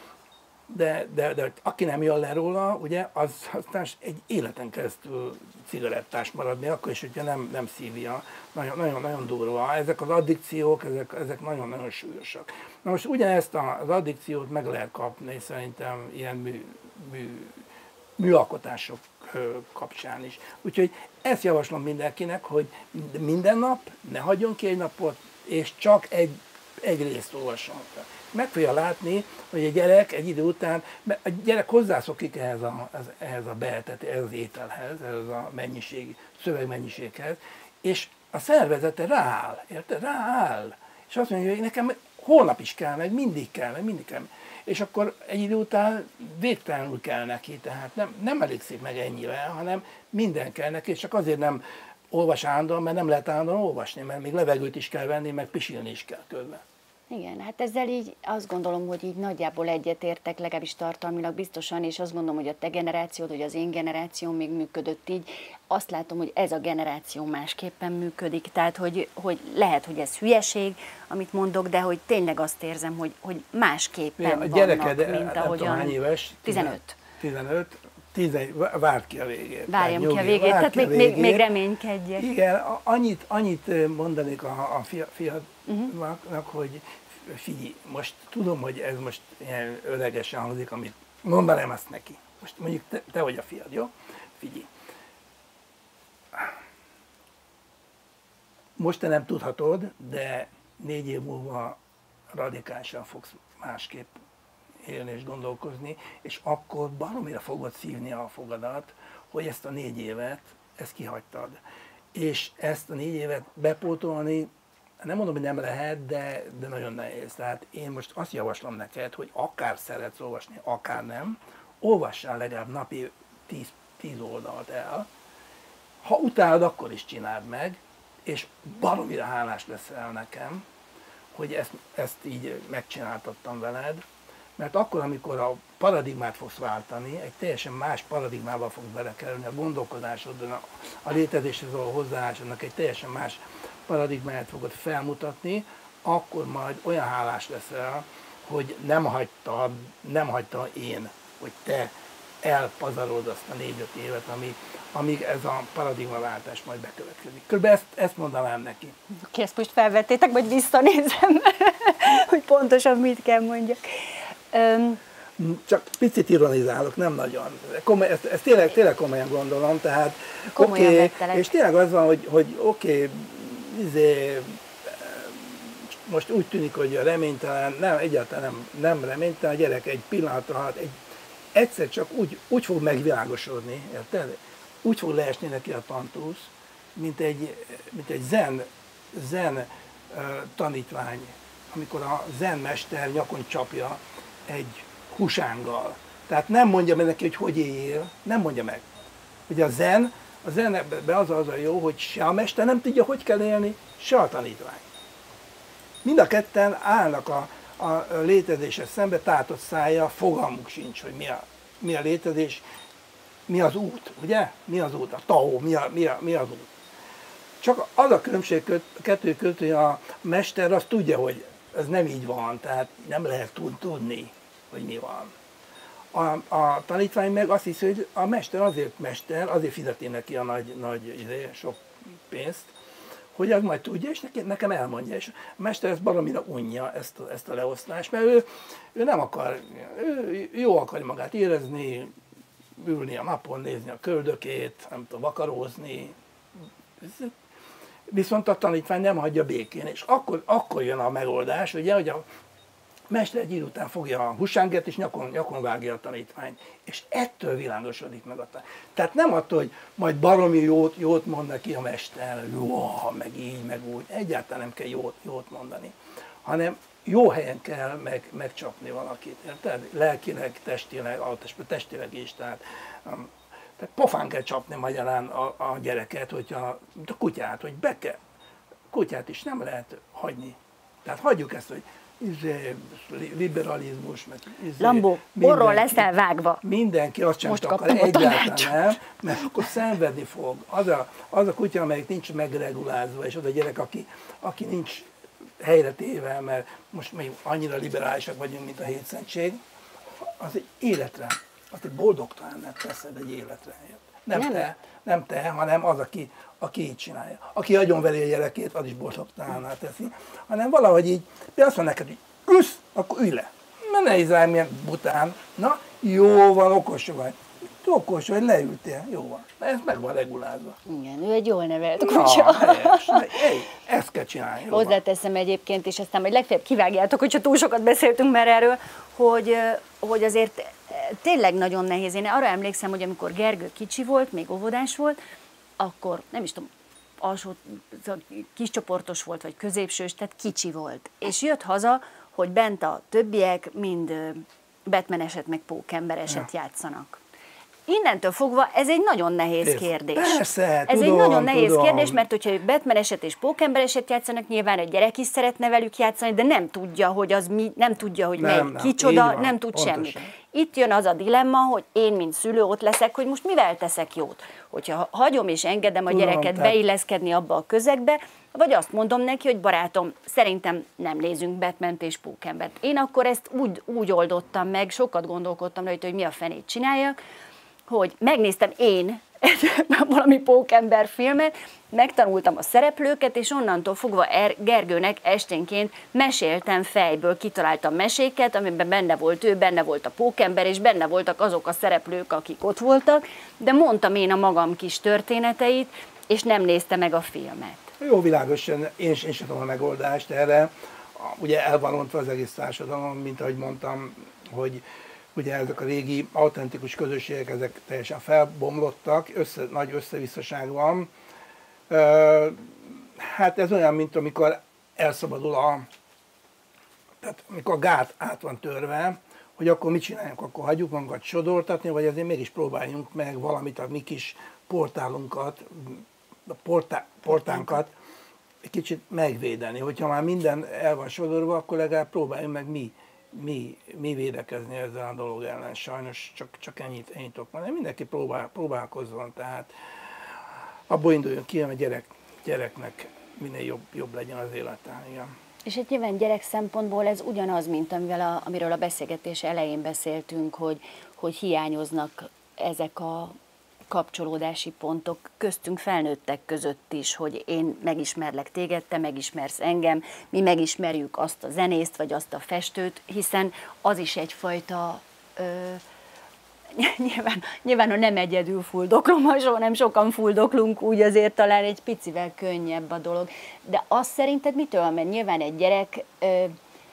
De, de, de aki nem jön le róla, ugye, az aztán egy életen keresztül cigarettás maradni, akkor is, hogyha nem, nem szívja. Nagyon, nagyon, nagyon durva. Ezek az addikciók, ezek, ezek nagyon-nagyon súlyosak. Na most ugyanezt az addikciót meg lehet kapni szerintem ilyen mű, mű, műalkotások kapcsán is. Úgyhogy ezt javaslom mindenkinek, hogy minden nap ne hagyjon ki egy napot, és csak egy, egy részt olvasson. Meg fogja látni, hogy a gyerek egy idő után, a gyerek hozzászokik ehhez a, ehhez a beetet, ehhez az ételhez, ehhez a mennyiség, szövegmennyiséghez, és a szervezete rááll, érted? Rááll. És azt mondja, hogy nekem holnap is kell, meg mindig kell, meg mindig kell. És akkor egy idő után végtelenül kell neki, tehát nem, nem elégszik meg ennyire, hanem minden kell neki, és csak azért nem olvas állandóan, mert nem lehet állandóan olvasni, mert még levegőt is kell venni, meg pisilni is kell közben. Igen, hát ezzel így azt gondolom, hogy így nagyjából egyetértek, legalábbis tartalmilag biztosan, és azt gondolom, hogy a te generációd, hogy az én generációm még működött így. Azt látom, hogy ez a generáció másképpen működik, tehát hogy, hogy lehet, hogy ez hülyeség, amit mondok, de hogy tényleg azt érzem, hogy, hogy másképpen vannak, a gyereked, mint ahogyan... hány éves? tizenöt. tizenöt. Tízen, várd ki a végét. Várjam ki a végét, tehát még, végét. még reménykedjek. Igen, annyit, annyit mondanék a, a fiadnak, uh-huh. hogy figyelj, most tudom, hogy ez most ilyen öregesen hangzik, amit mondanám azt neki. Most mondjuk te, te vagy a fiad, jó? Figyelj. Most te nem tudhatod, de négy év múlva radikálisan fogsz másképp élni és gondolkozni, és akkor baromira fogod szívni a fogadat, hogy ezt a négy évet, ezt kihagytad. És ezt a négy évet bepótolni, nem mondom, hogy nem lehet, de, de nagyon nehéz. Tehát én most azt javaslom neked, hogy akár szeretsz olvasni, akár nem, olvassál legalább napi tíz oldalt el. Ha utálod, akkor is csináld meg, és baromira hálás leszel nekem, hogy ezt, ezt így megcsináltattam veled, mert akkor, amikor a paradigmát fogsz váltani, egy teljesen más paradigmába fogsz belekerülni, a gondolkodásodon, a, a létezéshez való hozzáállásodnak egy teljesen más paradigmáját fogod felmutatni, akkor majd olyan hálás leszel, hogy nem hagyta, nem hagyta én, hogy te elpazarolod azt a négy-öt évet, ami, amíg ez a paradigmaváltás majd bekövetkezik. Körülbelül ezt, ezt mondanám neki. Oké, ezt most felvettétek, vagy visszanézem, hogy pontosan mit kell mondjak. Um, Csak picit ironizálok, nem nagyon. Komoly, ezt, ezt tényleg, tényleg komolyan gondolom, tehát Komolyan oké, vettelek. és tényleg az van, hogy, hogy oké, izé, most úgy tűnik, hogy a reménytelen, nem, egyáltalán nem, nem reménytelen, a gyerek egy pillanatra alatt, egy, egyszer csak úgy, úgy fog megvilágosodni, érted? Úgy fog leesni neki a tantusz, mint egy, mint egy zen, zen uh, tanítvány, amikor a zen mester nyakon csapja egy husánggal. Tehát nem mondja meg neki, hogy hogy éljél, nem mondja meg. Ugye a zen, a zenben az az a jó, hogy se a mester nem tudja, hogy kell élni, se a tanítvány. Mind a ketten állnak a, a létezésre szembe, tátott szája, fogalmuk sincs, hogy mi a, mi a létezés, mi az út, ugye? Mi az út, a tao, mi, a, mi, a, mi az út. Csak az a különbség köt, kettő között, hogy a mester azt tudja, hogy ez nem így van, tehát nem lehet tud, tudni, hogy mi van. A, a tanítvány meg azt hiszi, hogy a mester azért mester, azért fizeti neki a nagy, nagy sok pénzt, hogy az majd tudja, és nekem elmondja. És a mester ezt baromira unja, ezt, ezt a leosztást, mert ő, ő nem akar, ő jó akarja magát érezni, ülni a napon, nézni a köldökét, nem tudom, vakarózni. Viszont a tanítvány nem hagyja békén, és akkor, akkor jön a megoldás, ugye, hogy a mester egy idő után fogja a husánget, és nyakon, nyakon vágja a tanítványt. És ettől világosodik meg a tanítvány. Tehát nem attól, hogy majd baromi jót, jót mond neki a mester, jó, meg így, meg úgy. Egyáltalán nem kell jót, jót mondani. Hanem jó helyen kell meg, megcsapni valakit. Érted? Lelkileg, testileg, testileg is. Tehát, um, tehát pofán kell csapni magyarán a, a gyereket, hogyha, a kutyát, hogy be kell. Kutyát is nem lehet hagyni. Tehát hagyjuk ezt, hogy izé, liberalizmus, meg izé, Lambó, orról leszel vágva. Mindenki azt sem Most akar, kaptam a egyáltalán tanácsot. nem, mert akkor szenvedni fog. Az a, az a kutya, amelyik nincs megregulázva, és az a gyerek, aki, aki nincs helyre téve, mert most még annyira liberálisak vagyunk, mint a hétszentség, az egy életre, azt egy boldogtalan teszed egy életre. Nem, nem te, nem te, hanem az, aki, aki így csinálja. Aki agyonveri a gyerekét, az is boldogtalanná teszi, hanem valahogy így, de azt mondja neked, hogy üsz, akkor ülj le. Mert ne izálj milyen bután. Na, jó van, okos vagy. Okos vagy, leültél, jó van. Ez meg van regulázva. Igen, ő egy jól nevelt Na, kutya. helyes. Ej, ezt kell csinálni. Jó van. Hozzáteszem egyébként, és aztán majd legfeljebb kivágjátok, hogyha túl sokat beszéltünk már erről, hogy, hogy azért tényleg nagyon nehéz. Én arra emlékszem, hogy amikor Gergő kicsi volt, még óvodás volt, akkor nem is tudom, alsó, kiscsoportos volt, vagy középsős, tehát kicsi volt. És jött haza, hogy bent a többiek mind Batman-eset, meg Pókember-eset ja. játszanak. Innentől fogva ez egy nagyon nehéz Persze, kérdés. Persze, ez tudom, egy nagyon nehéz tudom. kérdés, mert hogyha ők Batman-eset és Pókember-eset játszanak, nyilván egy gyerek is szeretne velük játszani, de nem tudja, hogy az mi, nem tudja, hogy nem, melyik nem, kicsoda, van, nem tud pontosan. semmit. Itt jön az a dilemma, hogy én, mint szülő ott leszek, hogy most mivel teszek jót. Hogyha hagyom és engedem a Tudom, gyereket tehát... beilleszkedni abba a közegbe, vagy azt mondom neki, hogy barátom, szerintem nem nézünk Batman-t és Pókembert. Én akkor ezt úgy, úgy oldottam meg, sokat gondolkodtam rajta, hogy mi a fenét csináljak, hogy megnéztem én valami Pókember filmet, megtanultam a szereplőket, és onnantól fogva er, Gergőnek esténként meséltem fejből, kitaláltam meséket, amiben benne volt ő, benne volt a Pókember, és benne voltak azok a szereplők, akik ott voltak, de mondtam én a magam kis történeteit, és nem nézte meg a filmet. Jó, világosan, én, én sem tudom a megoldást erre. Ugye el van rontva az egész társadalom, mint ahogy mondtam, hogy ugye ezek a régi autentikus közösségek, ezek teljesen felbomlottak, össze, nagy összevisszaság van. Hát ez olyan, mint amikor elszabadul a, tehát amikor a gát át van törve, hogy akkor mit csináljunk, akkor hagyjuk magunkat sodortatni, vagy azért mégis próbáljunk meg valamit, a mi kis portálunkat, a portá, portánkat egy kicsit megvédeni. Hogyha már minden el van sodorva, akkor legalább próbáljunk meg mi Mi, mi védekezni ezzel a dolog ellen. Sajnos csak, csak ennyit, ennyit tudok mondani. Mindenki próbál, próbálkozzon, tehát abból induljon ki, hogy a gyerek, gyereknek minél jobb, jobb legyen az élete. Igen. És egy nyilván gyerek szempontból ez ugyanaz, mint amivel a, amiről a beszélgetés elején beszéltünk, hogy, hogy hiányoznak ezek a kapcsolódási pontok köztünk felnőttek között is, hogy én megismerlek téged, te megismersz engem, mi megismerjük azt a zenészt, vagy azt a festőt, hiszen az is egyfajta Nyilván, nyilván, ha nem egyedül fuldoklom, hanem sokan fuldoklunk, úgy azért talán egy picivel könnyebb a dolog. De azt szerinted mitől? Mert nyilván egy gyerek ö,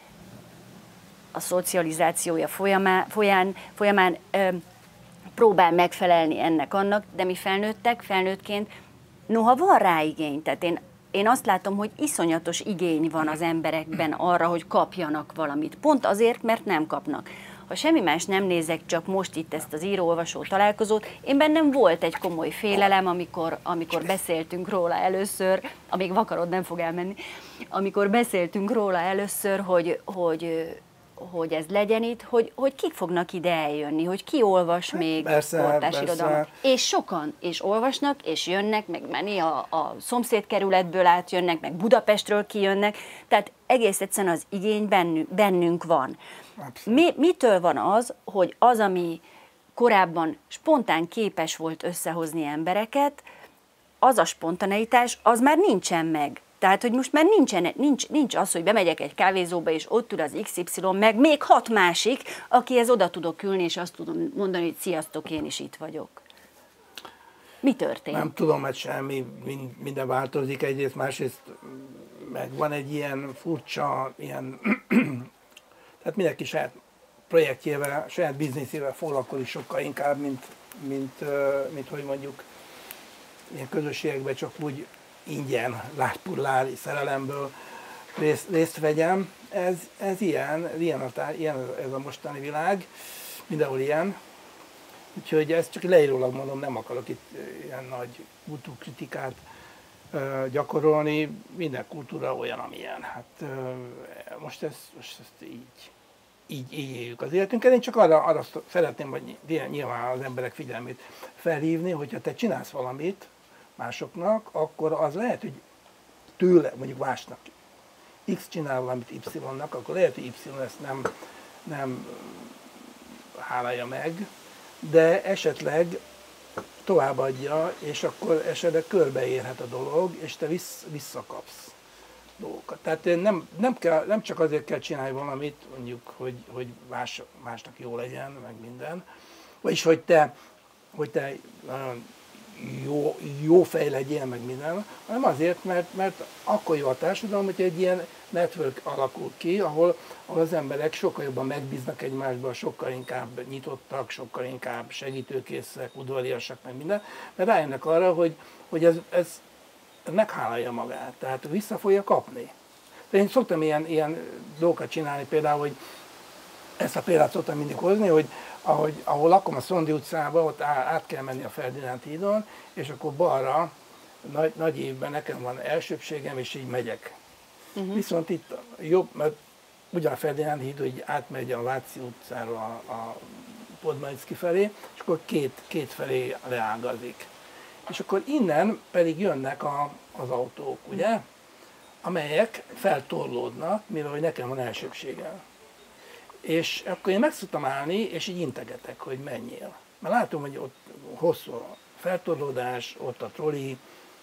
a szocializációja folyamán, folyán, folyamán ö, próbál megfelelni ennek annak, de mi felnőttek, felnőttként, noha van rá igény, tehát én, én azt látom, hogy iszonyatos igény van az emberekben arra, hogy kapjanak valamit. Pont azért, mert nem kapnak. Ha semmi más nem nézek, csak most itt ezt az író-olvasó találkozót, én bennem volt egy komoly félelem, amikor, amikor beszéltünk róla először, amíg vakarod nem fog elmenni, amikor beszéltünk róla először, hogy, hogy, hogy ez legyen itt, hogy, hogy kik fognak ide eljönni, hogy ki olvas még kortárs irodalmat. És sokan, és olvasnak, és jönnek, meg menni a, a szomszédkerületből átjönnek, meg Budapestről kijönnek, tehát egész egyszerűen az igény bennünk, bennünk van. Mi, mitől van az, hogy az, ami korábban spontán képes volt összehozni embereket, az a spontaneitás, az már nincsen meg. Tehát, hogy most már nincsen, nincs, nincs az, hogy bemegyek egy kávézóba, és ott ül az iksz ipszilon, meg még hat másik, akihez oda tudok ülni, és azt tudom mondani, hogy sziasztok, én is itt vagyok. Mi történt? Nem tudom, hogy semmi, minden változik egyrészt, másrészt meg van egy ilyen furcsa, ilyen, tehát mindenki saját projektjével, saját bizniszével foglalkozik sokkal inkább, mint, mint, mint hogy mondjuk ilyen közösségekben csak úgy ingyen, látpurlári szerelemből részt, részt vegyem. Ez, ez ilyen, ilyen, a, ilyen ez a mostani világ, mindenhol ilyen. Úgyhogy ezt csak leírólag mondom, nem akarok itt ilyen nagy kultúrkritikát gyakorolni, minden kultúra olyan, amilyen. Hát most ezt, most ezt így, így, így éljük az életünket. Én csak arra, arra szeretném, hogy nyilván az emberek figyelmét felhívni, hogyha te csinálsz valamit másoknak, akkor az lehet, hogy tőle, mondjuk másnak X csinál valamit Y-nak, akkor lehet, hogy Y ezt nem, nem hálálja meg, de esetleg továbbadja, és akkor esetleg körbeérhet a dolog, és te vissz, visszakapsz dolgokat. Tehát nem, nem, kell, nem csak azért kell csinálni valamit, mondjuk, hogy, hogy más, másnak jó legyen, meg minden, vagyis hogy te, hogy te jó, jó fej legyél, meg minden, hanem azért, mert, mert akkor jó a társadalom, hogy egy ilyen network alakul ki, ahol, ahol az emberek sokkal jobban megbíznak egymásban, sokkal inkább nyitottak, sokkal inkább segítőkészek, udvariasak, meg minden, mert rájönnek arra, hogy, hogy ez, ez meghálálja magát, tehát vissza fogja kapni. De én szoktam ilyen, ilyen dolgokat csinálni, például, hogy ezt a példát szoktam mindig hozni, hogy ahogy, ahol lakom a Szondi utcában, ott át kell menni a Ferdinánd hídon, és akkor balra, nagy, nagy évben nekem van elsőbségem, és így megyek. Uh-huh. Viszont itt jobb, mert ugyan a Ferdinánd híd, hogy átmegy a Váci utcáról a, a Podmanicki felé, és akkor két, két felé leágazik. És akkor innen pedig jönnek a, az autók, ugye, amelyek feltorlódnak, mivel hogy nekem van elsőbségem. És akkor én meg szoktam állni, és így integetek, hogy menjél. Mert látom, hogy ott hosszú a feltorlódás, ott a troli,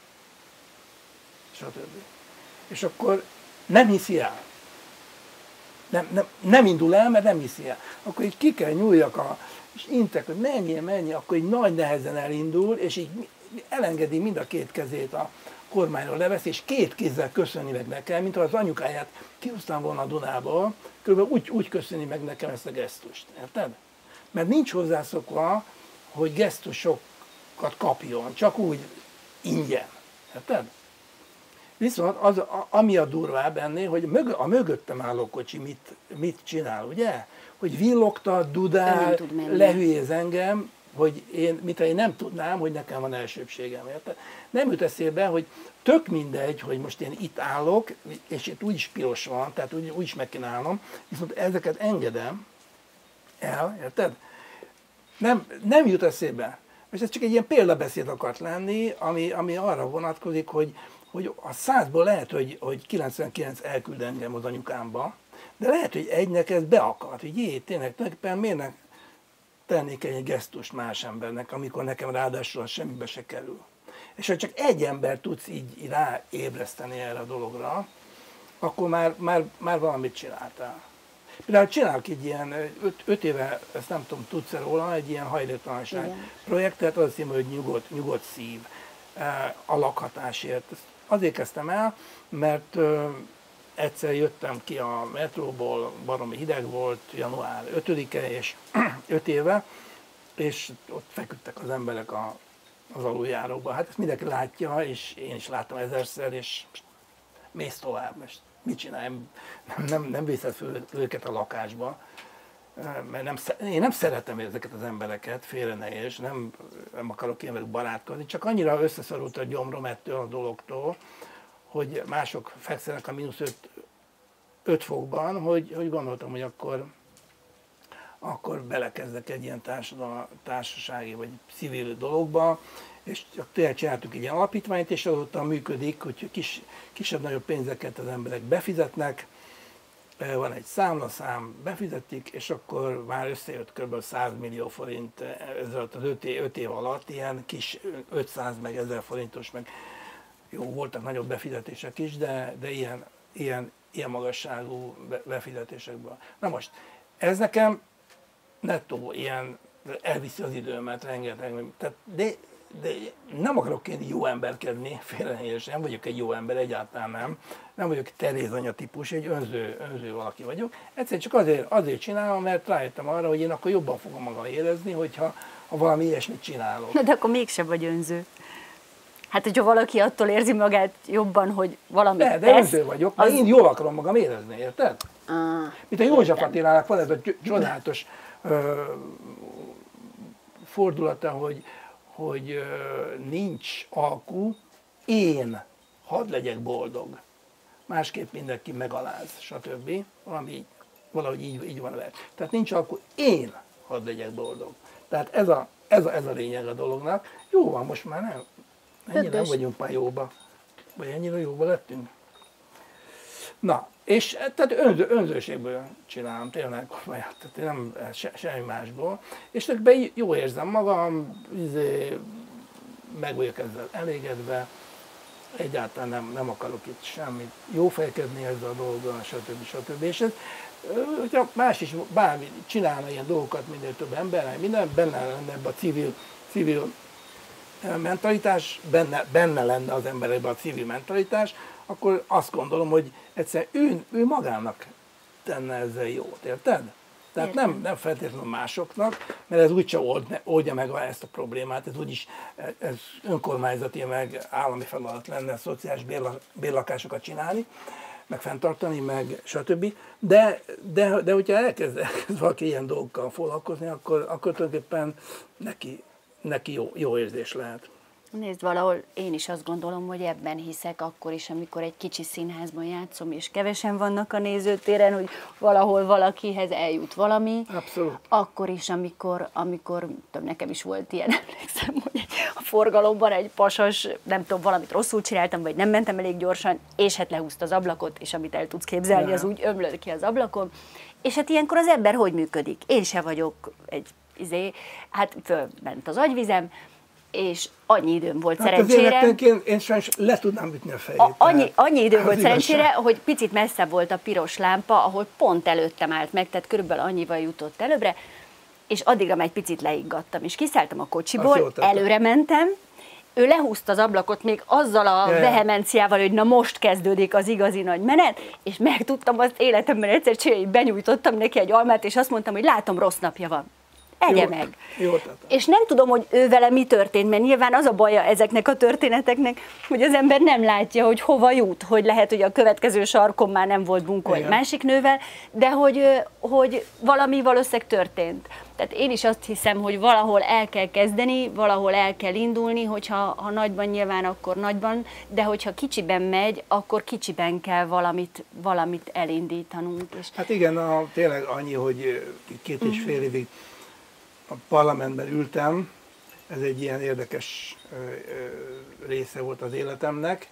stb. És akkor nem hiszi el. Nem, nem, nem indul el, mert nem hiszi el. Akkor így ki kell nyúljak, a, és intek, hogy menjél, menjél, akkor így nagy nehezen elindul, és így elengedi mind a két kezét a kormányról levesz, és két kézzel köszöni meg nekem, mint ha az anyukáját kihúztam volna a Dunából, körülbelül úgy, úgy köszöni meg nekem ezt a gesztust. Érted? Mert nincs hozzászokva, hogy gesztusokat kapjon, csak úgy ingyen. Érted? Viszont az, ami a durvább ennél, hogy a mögöttem álló kocsi mit, mit csinál, ugye? Hogy villogtat, dudál, lehülyéz engem, hogy én, mintha én nem tudnám, hogy nekem van elsőbségem, érted? Nem jut eszébe, hogy tök mindegy, hogy most én itt állok, és itt úgyis piros van, tehát úgy, úgyis meg kéne állnom, viszont ezeket engedem el, érted? Nem, nem jut eszébe. És ez csak egy ilyen példabeszéd akart lenni, ami, ami arra vonatkozik, hogy, hogy a százból lehet, hogy, hogy kilencvenkilenc elküld engem az anyukámba, de lehet, hogy egynek ez beakart, hogy jé, tényleg, tulajdonképpen miért ne tennék egy gesztust más embernek, amikor nekem ráadásul az semmibe se kerül. És ha csak egy ember tudsz így ráébreszteni erre a dologra, akkor már, már, már valamit csináltál. Például csinálok egy ilyen, öt, öt éve, ezt nem tudom, tudsz-e róla, egy ilyen hajléktalanság Igen. projektet, az címe, hogy nyugodt, nyugodt szív a lakhatásért. Ezt azért kezdtem el, mert ö, egyszer jöttem ki a metróból, baromi hideg volt, január ötödike, és öt éve, és ott feküdtek az emberek a, az aluljárókban. Hát ezt mindenki látja, és én is láttam ezerszer, és mész tovább. Most mit csinálj? Nem, nem, nem viszed föl őket a lakásba, mert nem, én nem szeretem ezeket az embereket, félre ne érts, nem, nem akarok én velük barátkozni, csak annyira összeszorult a gyomrom ettől a dologtól, hogy mások fekszenek a mínusz öt fokban, hogy, hogy gondoltam, hogy akkor, akkor belekezdek egy ilyen társasági vagy civil dologba, és tényleg csináltuk egy ilyen alapítványt, és azóta működik, hogy kis, kisebb-nagyobb pénzeket az emberek befizetnek, van egy számlaszám, befizetik, és akkor már összejött kb. száz millió forint ez alatt az öt év, öt év alatt, ilyen kis ötszáz meg ezer forintos, meg jó, voltak nagyobb befizetések is, de, de ilyen, ilyen, ilyen magasságú befizetésekből. Na most, ez nekem nettó ilyen, elviszi az időmet, rengeteg, tehát, de, de nem akarok én jó emberkedni, félrenézés, nem vagyok egy jó ember, egyáltalán nem. Nem vagyok Teréz anya típus, egy önző, önző valaki vagyok. Egyszerűen csak azért, azért csinálom, mert rájöttem arra, hogy én akkor jobban fogom magam érezni, hogyha ha valami ilyesmit csinálok. Na de akkor mégsem vagy önző. Hát, hogyha valaki attól érzi magát jobban, hogy valami de, de tesz, önző vagyok, mert az... én jól akarom magam érezni, érted? Ah, Mint a József Attilának van ez a csodálatos ö, fordulata, hogy hogy nincs alkú, én hadd legyek boldog. Másképp mindenki megaláz, stb. Valami, valahogy így, így van a vers. Tehát nincs alkú, én hadd legyek boldog. Tehát ez a, ez a, ez a lényeg a dolognak. Jó van, most már nem. Ennyire nem vagyunk már jóba. Vagy ennyire jóba lettünk. Na, és tehát önző, önzőségből csinálom, tényleg, tehát nem se, semmi másból. És többé jó érzem magam, izé, meg vagyok ezzel elégedve, egyáltalán nem, nem akarok itt semmit jófejkedni ezzel a dologgal, stb. stb. És ez, hogyha más is bármi csinálna ilyen dolgokat, minél több ember, minden benne lenne ebbe a civil, civil mentalitás, benne, benne lenne az emberekben a civil mentalitás, akkor azt gondolom, hogy egyszerűen ő, ő magának tenne ezzel jót, érted? Tehát nem, nem feltétlenül másoknak, mert ez úgyse old, oldja meg ezt a problémát, ez úgyis ez önkormányzati, meg állami feladat lenne szociális bérla, bérlakásokat csinálni, meg fenntartani, meg stb. De, de, de hogyha elkezd, elkezd valaki ilyen dolgokkal foglalkozni, akkor, akkor tulajdonképpen neki, neki jó, jó érzés lehet. Nézd, valahol én is azt gondolom, hogy ebben hiszek akkor is, amikor egy kicsi színházban játszom, és kevesen vannak a nézőtéren, hogy valahol valakihez eljut valami. Abszolút. Akkor is, amikor, amikor több nekem is volt ilyen, emlékszem, hogy a forgalomban egy pasas, nem tudom, valamit rosszul csináltam, vagy nem mentem elég gyorsan, és hát lehúzta az ablakot, és amit el tudsz képzelni, az úgy ömlött ki az ablakon. És hát ilyenkor az ember hogy működik? Én se vagyok egy, izé, hát fölment az agyvizem, és annyi időm volt hát szerencsére. Hát én, én sajnos le tudnám ütni a fejét. A, annyi, annyi időm volt szerencsére, hogy picit messzebb volt a piros lámpa, ahol pont előttem állt meg, tehát körülbelül annyival jutott előbbre, és addigra már egy picit leiggattam, és kiszálltam a kocsiból, előre mentem, ő lehúzta az ablakot még azzal a yeah. vehemenciával, hogy na most kezdődik az igazi nagy menet, és meg tudtam azt életemben egyszer csinálni, benyújtottam neki egy almát, és azt mondtam, hogy látom, rossz napja van. Egye jó, meg. Jó, és nem tudom, hogy ő vele mi történt, mert nyilván az a baja ezeknek a történeteknek, hogy az ember nem látja, hogy hova jut, hogy lehet, hogy a következő sarkon már nem volt bunkó egy másik nővel, de hogy, hogy valami valószínűleg történt. Tehát én is azt hiszem, hogy valahol el kell kezdeni, valahol el kell indulni, hogyha ha nagyban nyilván, akkor nagyban, de hogyha kicsiben megy, akkor kicsiben kell valamit, valamit elindítanunk. És hát igen, a, tényleg annyi, hogy két és fél évig a parlamentben ültem, ez egy ilyen érdekes része volt az életemnek,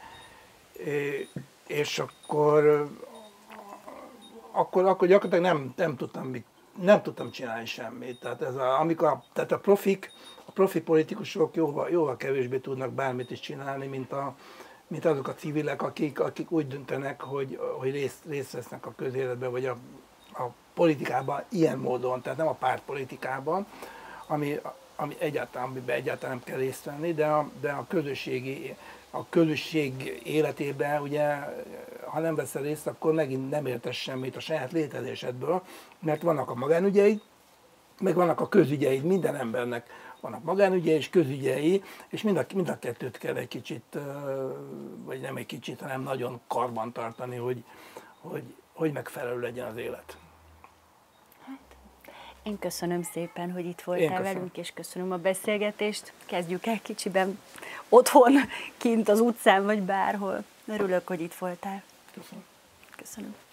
és akkor, akkor, akkor gyakorlatilag nem, nem, tudtam, mit, nem tudtam csinálni semmit. Tehát, ez a, amikor a, tehát a profik, a profi politikusok jóval, jóval kevésbé tudnak bármit is csinálni, mint, a, mint azok a civilek, akik, akik úgy döntenek, hogy, hogy részt, részt vesznek a közéletben, vagy a a politikában ilyen módon, tehát nem a pártpolitikában, ami, ami egyáltalán, amiben egyáltalán nem kell részt venni, de a, de a közösségi, a közösség életében, ugye, ha nem veszel részt, akkor megint nem értesz semmit a saját létezésedből, mert vannak a magánügyeid, meg vannak a közügyeid, minden embernek vannak magánügyei és közügyei, és mind a, mind a kettőt kell egy kicsit, vagy nem egy kicsit, hanem nagyon karban tartani, hogy, hogy, hogy megfelelő legyen az élet. Én köszönöm szépen, hogy itt voltál velünk, és köszönöm a beszélgetést. Kezdjük el kicsiben otthon, kint az utcán, vagy bárhol. Örülök, hogy itt voltál. Köszönöm. Köszönöm.